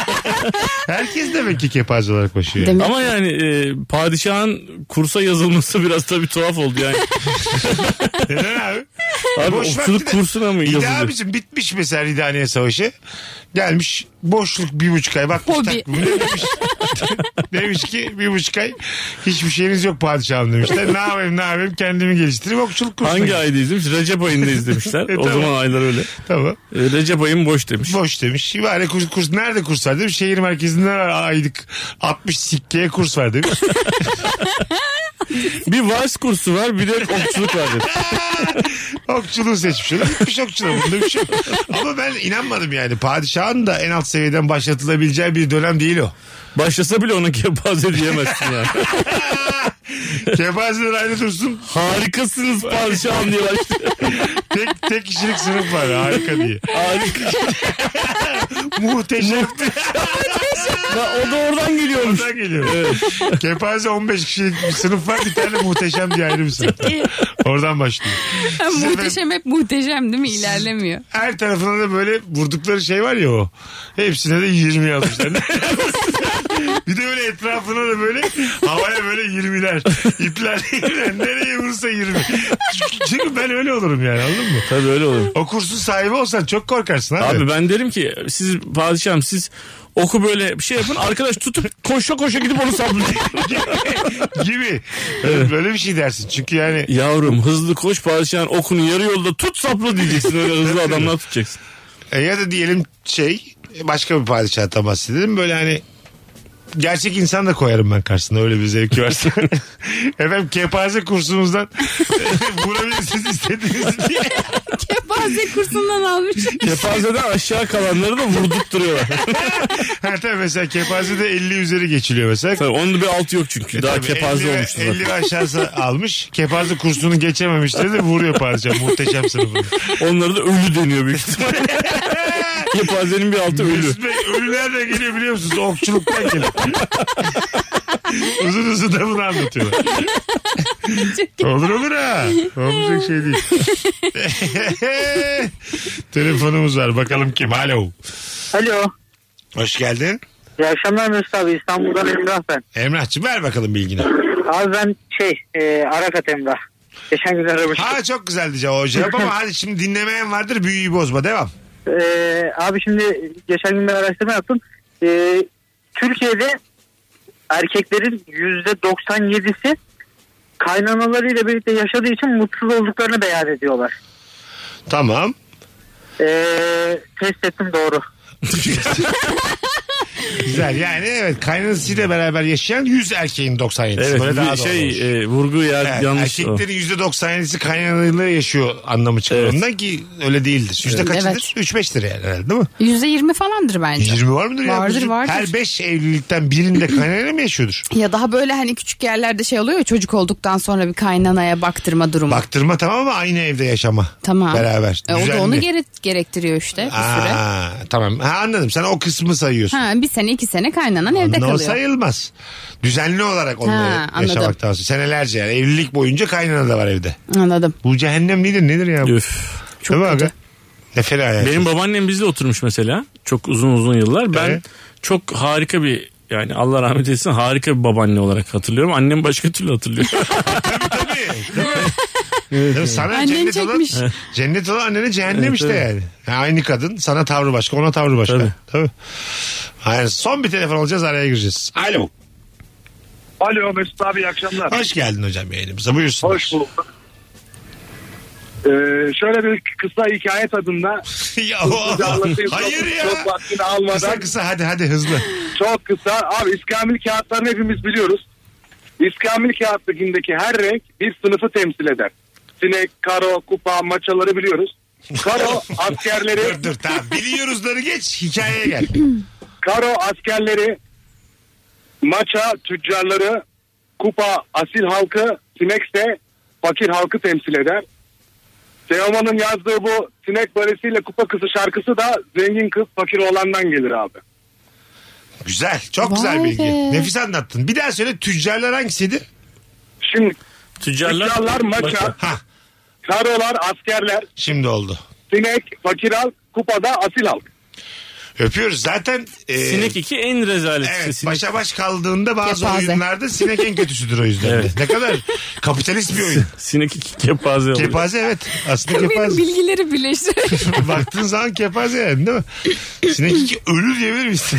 Herkes demek ki kepaze olarak başlıyor. Demek. Ama yani e, padişahın kursa yazılması biraz tabii tuhaf oldu yani. Neden abi? Abi boş okçuluk kursuna mı yazıldı? İda abicim bitmiş mesela Ridaniye Savaşı. Gelmiş boşluk bir buçuk ay bakmış takvimine demiş. Demiş ki bir buçuk ay hiçbir şeyiniz yok padişahım demişler. Ne yapayım ne yapayım kendimi geliştireyim, okçuluk kursuna. Hangi ayda izlemiş? Recep ayında izlemişler. e, o tamam. zaman aylar öyle. Tamam. E, Recep ayım boş demiş. Boş demiş. Bari kurs, kurs nerede kurs var demiş. Şehir merkezinde aylık altmış sikkeye kurs var demiş. Bir vals kursu var, bir de okçuluk var demiş. Okçuluğu seçmiş. Gitmiş okçuluğu. Bunda bir şey yok. Ama ben inanmadım yani. Padişahın da en alt seviyeden başlatılabileceği bir dönem değil o. Başlasa bile ona kepaze diyemezsin yani. Kepazeler aynı dursun. Harikasınız padişahım diye başlıyor. tek, tek kişilik sınıf var, harika diye. Harika. Muhteşem. Ya, o da oradan geliyormuş. Oradan geliyor. Evet. Kepaze on beş kişilik bir sınıf var, bir tane muhteşem diye ayrı bir sınıf. Oradan başlıyor. Muhteşem hep muhteşem değil mi? İlerlemiyor. Her tarafına da böyle vurdukları şey var ya o. Hepsine de yirmi yazmışlar. Bir de öyle etrafına da böyle havaya böyle yirmiler, ipler, yirmiler. Nereye vursa yirmi. Çünkü ben öyle olurum yani, anladın mı? Tabii öyle olur. O kursun sahibi olsan çok korkarsın abi. Abi ben derim ki siz padişahım siz oku böyle bir şey yapın, arkadaş tutup koşa koşa gidip onu saplayın. Gibi. Evet. Böyle bir şey dersin çünkü yani. Yavrum hızlı koş, padişahın okunu yarı yolda tut sapla diyeceksin, öyle hızlı adamlar tutacaksın. E ya da diyelim şey, başka bir padişahtan bahsedelim, böyle hani gerçek insan da koyarım ben karşısına, öyle bir zevki varsa. Efendim kepaze kursumuzdan vurabilirsiniz istediğiniz diye. Kepaze kursundan almış. Kepazeden aşağı kalanları da vurdurtturuyorlar. Ha tabii, mesela kepazede elli üzeri geçiliyor mesela. Tabii onun bir altı yok çünkü. E Daha tabii, kepaze elli ve- olmuştu elli zaten. ve aşağısı almış. Kepaze kursunu geçememişleri de vuruyor padişah. Muhteşem sınıfını. Onları da ölü deniyor büyük ihtimalle. Kepazenin bir altı ölü. Mesut Bey, ölü nereden geliyor biliyor musunuz? Okçuluktan geliyor. Uzun uzun da bunu anlatıyorlar. Olur olur ha. Olmayacak şey değil. Telefonumuz var. Bakalım kim? Alo. Alo. Hoş geldin. İyi akşamlar Mesut abi. İstanbul'dan Emrah ben. Emrah'cığım ver bakalım bilgini. Abi ben şey e, Arakat Emrah. Geçen gün aramıştım. Ha çok güzeldi cevap, o cevap ama hadi şimdi dinlemeyen vardır, büyüyü bozma, devam. Ee, abi şimdi geçen gün ben araştırma yaptım. Ee, Türkiye'de erkeklerin yüzde doksan yedisi kaynanalarıyla birlikte yaşadığı için mutsuz olduklarını beyan ediyorlar. Tamam. Ee, test ettim, doğru. Güzel yani, evet, kaynanasıyla beraber yaşayan yüz erkeğin doksan yedisi. Evet, Böyle daha bir doğru şey olur. e, vurgu ya Evet, yanlış. erkeklerin yüzde doksan yedisi kaynanayla yaşıyor anlamı çıkıyor Evet. ondan, ki öyle değildir. Yüzde kaçıdır? Evet. üç beştir yani herhalde, değil mi? Yüzde yirmi falandır bence. yirmi var mıdır ya? Vardır, vardır. Her beş evlilikten birinde kaynanayla mı yaşıyordur? Ya daha böyle hani küçük yerlerde şey oluyor ya, çocuk olduktan sonra bir kaynanaya baktırma durumu. Baktırma tamam ama aynı evde yaşama. Tamam. Beraber. E, o da Düzenli. onu gere- gerektiriyor işte bir süre. Aa, tamam. Ha, anladım. Sen o kısmı sayıyorsun. Ha, bir sene iki sene kaynanan evde Ondan o kalıyor. sayılmaz. Düzenli olarak onları Ha, anladım. yaşamak lazım. Senelerce yani. Evlilik boyunca kaynana da var evde. Anladım. Bu cehennem nedir nedir ya? Üf. Çok Değil mi kötü. aga? Ne fena yani. Benim babaannem bizle oturmuş mesela. Çok uzun uzun yıllar. Ben Evet. çok harika bir, yani Allah rahmet eylesin, harika bir babaanne olarak hatırlıyorum. Annem başka türlü hatırlıyor. Tabii. Değil mi? Değil mi? Sana Annen cennet çekmiş. olan, cennet olan annene cehennem Evet, işte evet. yani. yani. Aynı kadın, sana tavrı başka, ona tavrı başka. Tabii. Tabii. Yani son bir telefon alacağız, araya gireceğiz. Alo. Alo Mesut abi, iyi akşamlar. Hoş geldin hocam yayınımıza, buyursun. Hoş bulduk. Ee, şöyle bir kısa hikaye tadında. Ya o, Hızlıca anlatayım. hayır çok, ya. Çok vaktini almadan. Kısa kısa hadi hadi hızlı. Çok kısa. Abi iskambil kağıtlarını hepimiz biliyoruz. İskambil kağıtlarındaki her renk bir sınıfı temsil eder. Sinek, karo, kupa, maçaları biliyoruz. Karo askerleri... Dur dur tamam, biliyoruzları geç, hikayeye gel. Karo askerleri, maça tüccarları, kupa asil halkı, sinekse fakir halkı temsil eder. Teoman'ın yazdığı bu sinek bölesiyle kupa kızı şarkısı da zengin kız fakir oğlandan gelir abi. Güzel, çok Vay güzel bilgi. be. Nefis anlattın. Bir daha söyle, tüccarlar hangisiydi? Şimdi Tüccarlar, tüccarlar maça, Ha, karolar askerler, şimdi oldu. sinek fakir halk, kupada asil halk. Öpüyoruz. Zaten e, Sinek iki en rezalet. evet, Sinek. başa baş kaldığında bazı Kepaze. oyunlarda sinek en kötüsüdür o yüzden. Evet. Ne kadar kapitalist bir oyun. Sinek iki kepaze oluyor. Kepaze evet. Aslında Benim kepaze. bilgileri birleştirerek. Baktığın zaman kepaze yani, değil mi? Sinek iki ölür diyebilir miyiz?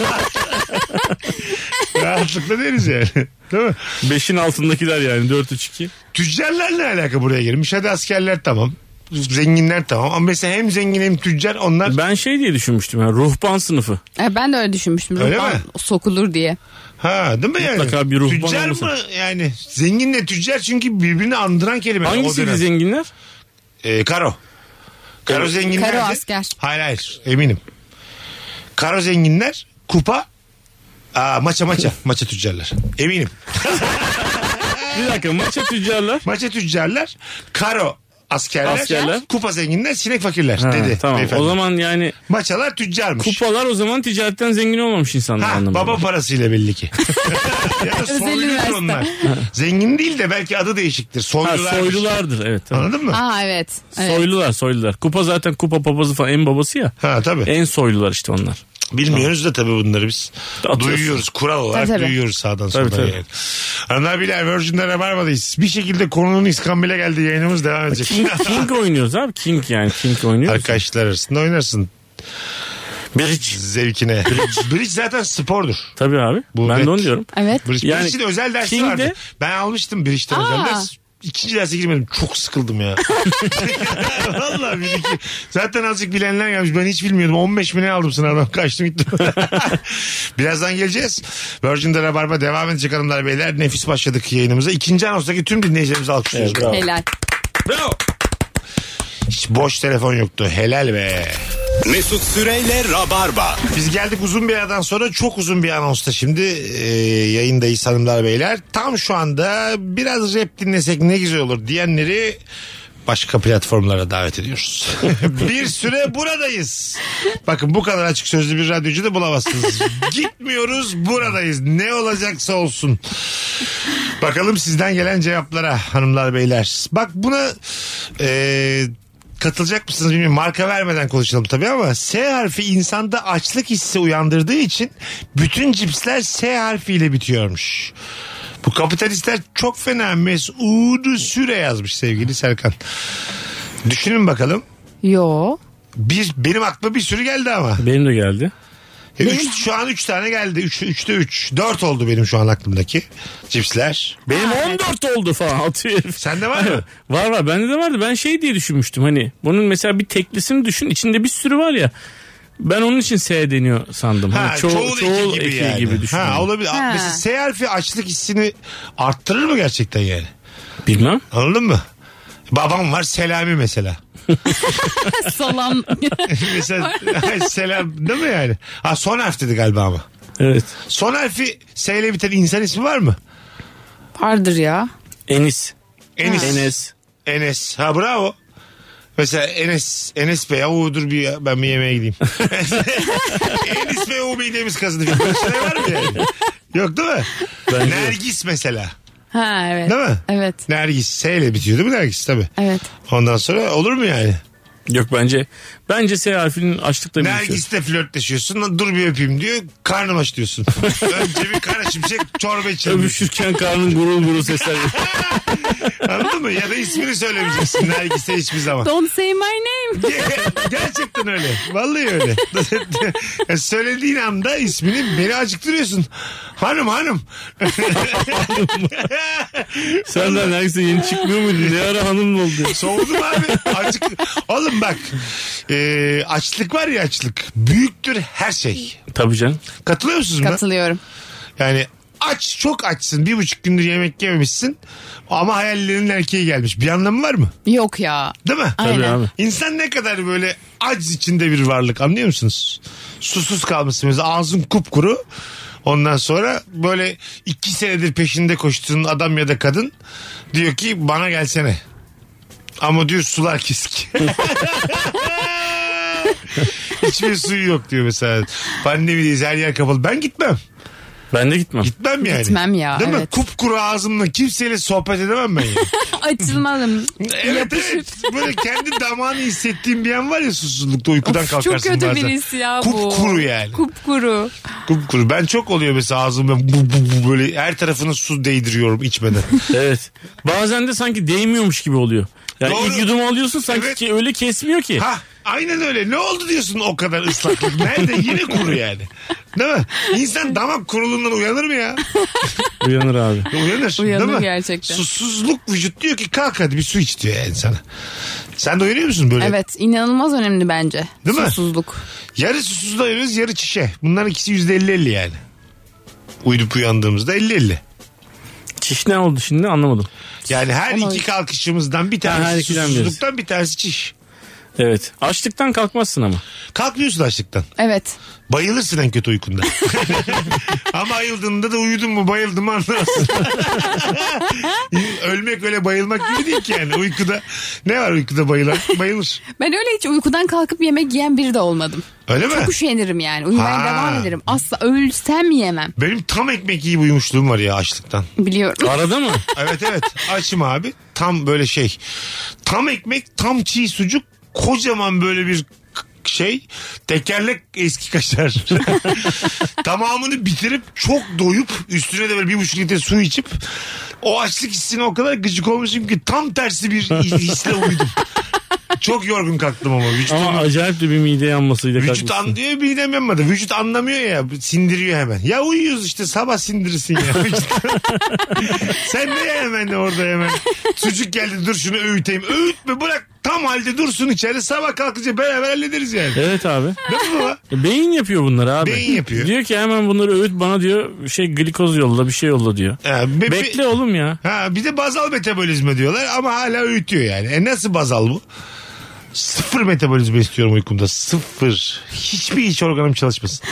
Rahatlıkla deriz yani. Değil mi? Beşin altındakiler yani dört üç iki. Tüccarlar ne alaka buraya girmiş? Hadi askerler tamam. Zenginler tamam. Ama mesela hem zengin hem tüccar, onlar... Ben şey diye düşünmüştüm yani, ruhban sınıfı. E, ben de öyle düşünmüştüm. Öyle Ruhban mi? sokulur diye. Ha değil mi yani? Mutlaka bir ruhban Tüccar olmasın. mı yani? Zenginle tüccar çünkü birbirini andıran kelime. Hangisiydi zenginler? Ee, karo. Karo zenginler. Karo asker. Hayır hayır eminim. Karo zenginler, kupa, aa, maça maça. Maça tüccarlar. Eminim. Bir dakika, maça tüccarlar. Maça tüccarlar, karo askerler, Askerler. kupa zenginler, sinek fakirler Ha, dedi. tamam. beyefendi. O zaman yani Maçalar tüccarmış. kupalar o zaman ticaretten zengin olmamış insanlar Ha, anlamında. baba parasıyla belli ki. Ya da Özel soyludur üniversite. onlar. Zengin değil de belki adı değişiktir. Ha, Soylular. soylulardır evet. Tamam. Anladın mı? Aa evet. evet. Soylular soylular. Kupa zaten kupa papazı falan en babası ya. Ha tabii. En soylular işte onlar. Bilmiyoruz da tabii bunları biz. Atıyorsun. Duyuyoruz. Kural olarak Tabii, tabii. duyuyoruz sağdan Tabii, soldan tabii. yani. Hanımlar beyler, Virgin'de Rabarba'dayız. Bir şekilde konunun İskambil'e geldi, yayınımız devam edecek. King, King oynuyoruz abi. King yani. King oynuyoruz. Arkadaşlar arasında oynarsın. Bridge. Zevkine. Bridge zaten spordur. Bu Tabii abi. ben net. de onu diyorum. Evet. Bridge, Yani Bridge'in özel dersi King'de- vardı. Ben almıştım Bridge'den Aa. özel ders. ikinci derse girmedim. Çok sıkıldım ya. Vallahi bir iki. Zaten azıcık bilenler gelmiş. Ben hiç bilmiyordum. on beş mi ne aldım sınavdan. Kaçtım gittim. Birazdan geleceğiz. Virgin'de Rabarba devam edecek hanımlar beyler. Nefis başladık yayınımıza. İkinci anonstaki tüm dinleyicilerimizi alkışlıyoruz. Evet, bravo. Helal. Bravo. Hiç boş telefon yoktu. Helal be. Mesut Süreyle Rabarba. Biz geldik uzun bir aradan sonra, çok uzun bir anonsta şimdi e, yayındayız hanımlar beyler. Tam şu anda biraz rap dinlesek ne güzel olur diyenleri başka platformlara davet ediyoruz. Bir süre buradayız. Bakın bu kadar açık sözlü bir radyocu da bulamazsınız. Gitmiyoruz, buradayız. Ne olacaksa olsun. Bakalım sizden gelen cevaplara hanımlar beyler. Bak buna e, katılacak mısınız bilmiyorum. Marka vermeden konuşalım tabii ama S harfi insanda açlık hissi uyandırdığı için bütün cipsler S harfiyle bitiyormuş. Bu kapitalistler çok fena. Mesut Süre yazmış sevgili Serkan. Düşünün bakalım. Yo. Bir, benim aklıma bir sürü geldi ama. Benim de geldi. E, üç, şu an üç tane geldi. Üç, üçte üç. Dört oldu benim şu an aklımdaki cipsler. Benim on dört oldu falan atıyor. Sende var mı? Var var, bende de vardı. Ben şey diye düşünmüştüm, hani bunun mesela bir teklisini düşün, içinde bir sürü var ya. Ben onun için S deniyor sandım. Ha, hani çoğul, çoğul, çoğul eki gibi, eki yani. gibi düşündüm. Ha, olabilir. Ha. Mesela S harfi açlık hissini arttırır mı gerçekten yani? Bilmem. Anladın mı? Babam var, Selami mesela. Salam. Mesela selam değil mi yani? Ha, son harf dedi galiba ama. Evet. Son harfi S ile biten insan ismi var mı? Vardır ya. Enis. Enis. Enes. Enes. Ha, bravo. Mesela Enes, Enes Bey, o dur bir ben bir yemeğe gideyim. Enes Bey o midemiz kazındı. Böyle şey var mı yani? Yok değil mi? Bence. Nergis mesela. Ha evet. Değil mi? Evet. Nergis S ile bitiyor değil mi Nergis tabii. Evet. Ondan sonra olur mu yani? Yok bence. Bence S harfinin açlıkla bir şey. Nergis'le flörtleşiyorsun. Dur bir öpeyim diyor. Karnım aç diyorsun. Önce bir kara şimşek çorba içelim. Öpüşürken karnın gurul gurul sesler. Anladın mı? Ya da ismini söylemeyeceksin Nergis'e hiçbir zaman. Don't say my name. Gerçekten öyle. Vallahi öyle. Ya söylediğin anda ismini beni acıktırıyorsun. Hanım hanım. Senden herkese yeni çıkmıyor muydu? Ne ara hanım oldu? Soğudum abi. Acık... Oğlum bak. E, açlık var ya, açlık. Büyüktür her şey. Tabii canım. Katılıyor musunuz buna? Katılıyorum. Yani aç, çok açsın. Bir buçuk gündür yemek yememişsin. Ama hayallerinin erkeği gelmiş. Bir anlamı var mı? Yok ya. Değil mi? Aynen. Tabii abi. İnsan ne kadar böyle aciz içinde bir varlık, anlıyor musunuz? Susuz kalmışsın mesela, ağzın kupkuru. Ondan sonra böyle iki senedir peşinde koştuğun adam ya da kadın diyor ki bana gelsene. Ama diyor sular kesik. Hiçbir suyu yok diyor mesela. Pandemideyiz, her yer kapalı. Ben gitmem. Ben de gitmem. Gitmem yani. Gitmem ya, Değil mi? evet. Kupkuru ağzımla kimseyle sohbet edemem ben yani. Açılmadım. Evet evet. Böyle kendi damağını hissettiğim bir an var ya, susuzlukta uykudan Of, kalkarsın çok kötü bazen. bir his ya bu. Kupkuru yani. Kupkuru. Kupkuru. Ben çok oluyor mesela ağzımda bu, bu, bu, böyle her tarafını su değdiriyorum içmeden. Evet. Bazen de sanki değmiyormuş gibi oluyor. Yani Doğru. ilk yudumu alıyorsun sanki Evet. ki öyle kesmiyor ki. Ha, aynen öyle. Ne oldu diyorsun o kadar ıslaklık? Nerede? Yine kuru yani. Değil mi? İnsan damak kuruluğundan uyanır mı ya? Uyanır abi. Uyanır. Uyanır değil mi? gerçekten. Susuzluk vücut diyor ki kalk hadi bir su iç diyor yani sana. Sen de uyanıyor musun böyle? Evet, inanılmaz önemli bence. Değil mi? Susuzluk. Yarı susuzluğa uyanıyoruz, yarı çişe. Bunların ikisi yüzde elli elli yani. Uyudup uyandığımızda elli elli. Çiş ne oldu şimdi anlamadım. Yani her Ama- iki kalkışımızdan bir Ha, her tanesi ikiden susuzluktan, bir tanesi çiş. Evet. Açlıktan kalkmazsın ama. Kalkmıyorsun açlıktan. Evet. Bayılırsın en kötü uykunda. Ama ayıldığında da uyudun mu bayıldın mı anlarsın. Ölmek öyle bayılmak gibi değil ki yani. Uykuda ne var, uykuda bayılan? Bayılır. Ben öyle hiç uykudan kalkıp yemek yiyen biri de olmadım. Öyle mi? Çok üşenirim yani. Uyumaya Ha. devam ederim. Asla ölsem yemem. Benim tam ekmek yiyip uyumuşluğum var ya açlıktan. Biliyorum. Arada mı? Evet evet, açım abi. Tam böyle şey. Tam ekmek, tam çiğ sucuk, kocaman böyle bir şey, tekerlek eski kaşar. Tamamını bitirip çok doyup üstüne de böyle bir buçuk litre su içip o açlık hissine o kadar gıcık olmuşum ki tam tersi bir hisle uyudum. Çok yorgun kalktım ama. Vücut Ama onu- acayip de bir mide yanmasıyla Vücut kalkmışsın. anlıyor, midem yanmadı. Vücut anlamıyor ya, sindiriyor hemen. Ya uyuyoruz işte, sabah sindirirsin ya. Sen ne ya hemen de orada hemen. Sucuk geldi, dur şunu öğüteyim. Öğütme, bırak tam halde dursun içeri. Sabah kalkınca beraber hallederiz yani. Evet abi. Değil mi baba? Beyin yapıyor bunları abi. Beyin yapıyor. Diyor ki hemen bunları öğüt bana diyor, şey glikoz yolla, bir şey yolla diyor. Ha, be- Bekle oğlum ya. Ha, bir de bazal metabolizma diyorlar ama hala öğütüyor yani. E nasıl bazal bu? Sıfır metabolizma istiyorum uykumda. Sıfır. Hiçbir iç organım çalışmasın.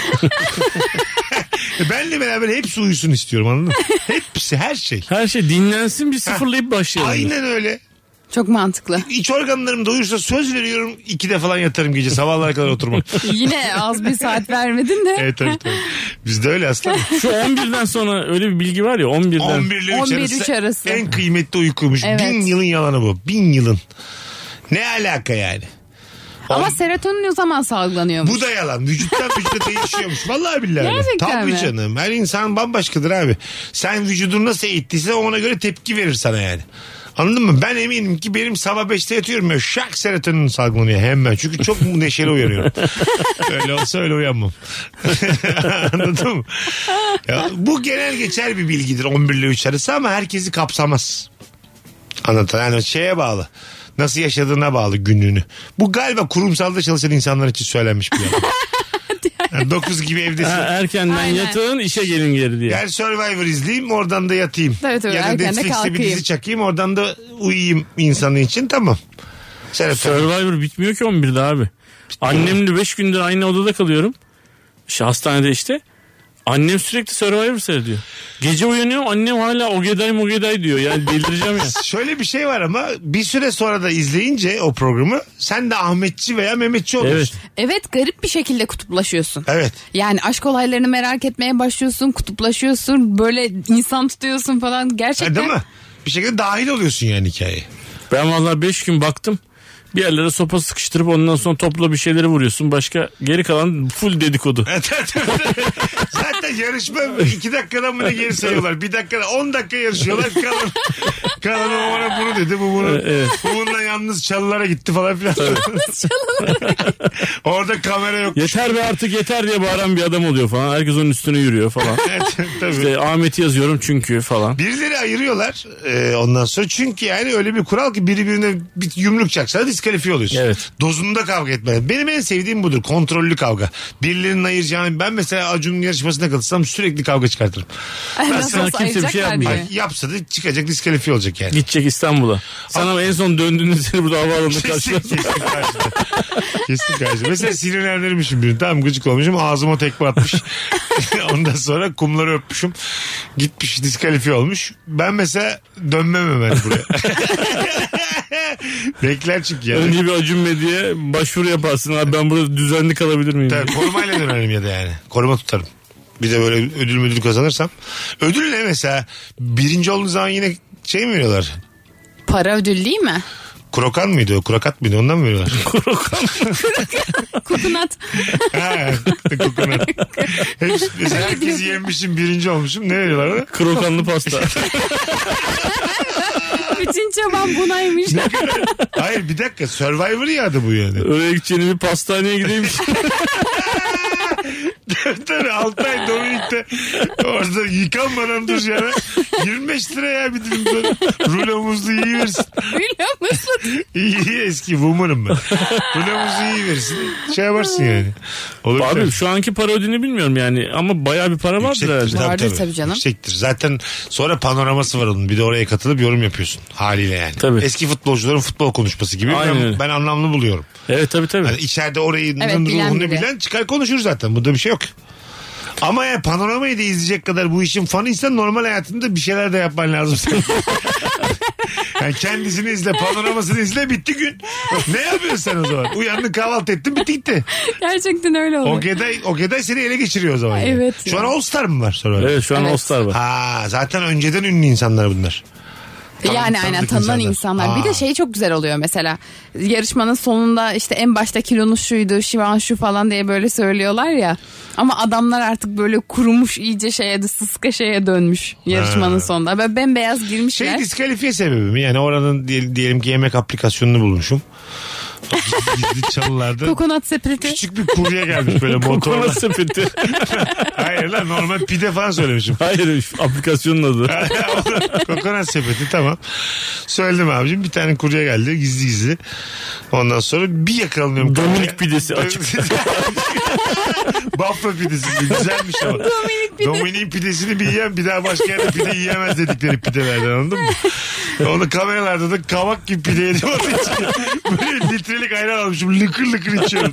Benle beraber hepsi uyusun istiyorum, anladın mı? Hepsi, her şey. Her şey dinlensin, bir sıfırlayıp başlayalım. Aynen öyle. Çok mantıklı. İç organlarım da uyursa söz veriyorum ikide falan yatarım gece, sabahlara kadar oturmam. Yine az bir saat vermedin de. Evet tabii tabii. Bizde öyle aslanım. Şu on birden sonra öyle bir bilgi var ya, on birden. on bir ile üç on bir arası, üç arası. en kıymetli uykuymuş. Evet. Bin yılın yalanı bu. Bin yılın. Ne alaka yani? Ama On- serotonin o zaman salgılanıyormuş. Bu da yalan. Vücuttan vücuda değişiyormuş. Vallahi billahi. öyle. Gerçekten Tabii mi? canım. Her insan bambaşkadır abi. Sen vücudun nasıl eğittiyse ona göre tepki verir sana yani. Anladın mı? Ben eminim ki benim sabah beşte yatıyorum ya, şak serotonin salgılanıyor hemen. Çünkü çok neşeli uyanıyorum. Öyle olsa öyle uyanmam. Anladın mı? Ya, bu genel geçer bir bilgidir on bir ile üç arası ama herkesi kapsamaz. Anlatan yani şeye bağlı. Nasıl yaşadığına bağlı günlüğünü. Bu galiba kurumsalda çalışan insanlar için söylenmiş bir yani. Yani dokuz gibi evdesin. Ha, erkenden Aynen. yatın, işe gelin geri diye. Gel Survivor izleyeyim, oradan da yatayım. Tabii, tabii, ya da erken de Netflix'te bir kalkayım. dizi çakayım, oradan da uyuyayım insanı için, tamam. Serotonin. Survivor bitmiyor ki on birde abi. Annemle beş gündür aynı odada kalıyorum. İşte hastanede işte. Annem sürekli Survivor seyrediyor. Gece uyanıyorum, annem hala Ogeday Mogeday diyor. Yani delireceğim ya. Şöyle bir şey var ama bir süre sonra da izleyince o programı sen de Ahmetçi veya Mehmetçi oluyorsun. Evet. Evet, garip bir şekilde kutuplaşıyorsun. Evet. Yani aşk olaylarını merak etmeye başlıyorsun, kutuplaşıyorsun, böyle insan tutuyorsun falan. Ha, Gerçekten. değil mi? Bir şekilde dahil oluyorsun yani hikayeye. Ben vallahi beş gün baktım. Bir yerlere sopa sıkıştırıp ondan sonra topla bir şeyleri vuruyorsun. Başka geri kalan full dedikodu. Zaten yarışma iki dakikadan mı ne geri sayıyorlar? Bir dakikada on dakika yarışıyorlar. Kalan, kalan o bana bunu dedi. Bu bunu. Evet. Bu bununla yalnız çalılara gitti falan filan. Orada kamera yok. Yeter be artık yeter diye bağıran bir adam oluyor falan. Herkes onun üstüne yürüyor falan. Evet, tabii. İşte Ahmet'i yazıyorum çünkü falan. Birileri ayırıyorlar e, ondan sonra. Çünkü yani öyle bir kural ki biri birine bir yumruk çaksa diskalifiye oluyorsun. Evet. Dozunda kavga etme. Benim en sevdiğim budur. Kontrollü kavga. Birilerinin ayıracağını, ben mesela Acun'un yarışmasına katılsam sürekli kavga çıkartırım. Nasıl sana olsa kimse bir şey ayıracaklar yapmayacak. diye. Ay, yapsa da çıkacak, diskalifiye olacak yani. Gidecek İstanbul'a. Sana en son döndüğünde seni burada havaalanında Kesin, karşıladı. kesin karşıda. Kesin karşıda. Mesela sinirlendirmişim birini. Tamam, gıcık olmuşum. Ağzıma tekme atmış. Ondan sonra kumları öpmüşüm. Gitmiş, diskalifiye olmuş. Ben mesela dönmem hemen buraya. Bekler çünkü yani. Önce bir Acun Medya'ya başvuru yaparsın. Abi ben burada düzenli kalabilir miyim? Tabii, korumayla dönerim ya da yani. Koruma tutarım. Bir de böyle ödül müdül kazanırsam. Ödül ne mesela? Birinci olduğu zaman yine şey mi veriyorlar? Para ödül değil mi? Krokan mıydı o? Krokat mıydı? Ondan mı veriyorlar? Kokonat. Ha, kokonat. Hep, mesela herkesi yemişim, birinci olmuşum. Ne veriyorlar ona? Krokanlı pasta. Bütün çaban bunaymış. Hayır, bir dakika. Survivor ya adı bu yani. Öyle gideceğini bir pastaneye gideyim. Tabii altı ay Dominik'te orada yıkanmadan dur yani. yirmi beş lira ya bir dilim böyle. Rulo muzlu iyi versin. Biliyor musun? İyi, iyi eski woman'ım ben. Rulo muzlu iyi versin. Şey yaparsın yani. Olur Abi tabii. şu anki para ödülünü bilmiyorum yani. Ama bayağı bir para vardır Yüksektir, herhalde. tabii, Vardır tabii. tabii canım. Yüksektir. Zaten sonra panoraması var onun. Bir de oraya katılıp yorum yapıyorsun. Haliyle yani. Tabii. Eski futbolcuların futbol konuşması gibi. Aynen Ben, öyle. ben anlamlı buluyorum. Evet tabii tabii. Yani içeride orayı Evet, bilen ruhunu biri. bilen çıkar konuşur zaten. Bunda bir şey yok. Ama ya panoramayı da izleyecek kadar bu işin fanıysan normal hayatında bir şeyler de yapman lazım. Yani kendisini izle, panoramasını izle, bitti gün. Ne yapıyorsun sen o zaman? Uyandın, kahvaltı ettin, bitti gitti. Gerçekten öyle oluyor. O Geday, o Geday seni ele geçiriyor o zaman. yani. Evet Şu ya. an All Star mı var sonra? Evet şu an Evet. All Star var. Ha, zaten önceden ünlü insanlar bunlar. Yani Tanıdık, aynen tanıdık tanınan insanlar. insanlar. Bir Aa. de şey çok güzel oluyor mesela. Yarışmanın sonunda işte en başta kilonuz şuydu, şivan şu falan diye böyle söylüyorlar ya. Ama adamlar artık böyle kurumuş, iyice şeye de sıska şeye dönmüş yarışmanın Ha. sonunda. Böyle bembeyaz girmişler. Şey diskalifiye sebebi mi? Yani oranın diye- diyelim ki yemek aplikasyonunu bulmuşum. Gizli çalılarda. Kokonat sepeti. Küçük bir kurye gelmiş böyle motorla. Kokonat sepeti. Hayır lan normal pide falan söylemişim. Hayır aplikasyonun adı. Kokonat sepeti tamam. Söyledim abicim bir tane kurye geldi gizli gizli. Ondan sonra bir yakalanıyorum. Dominik pidesi açık. Bafra pidesi güzelmiş ama. Dominik pide. Dominik pidesini bir yiyen bir daha başka yerde pide yiyemez dedikleri pidelerden anladın mı? Onu kameralarda da kavak gibi pide yedim onun için. Böyle litrelik ayran almışım lıkır lıkır içiyorum.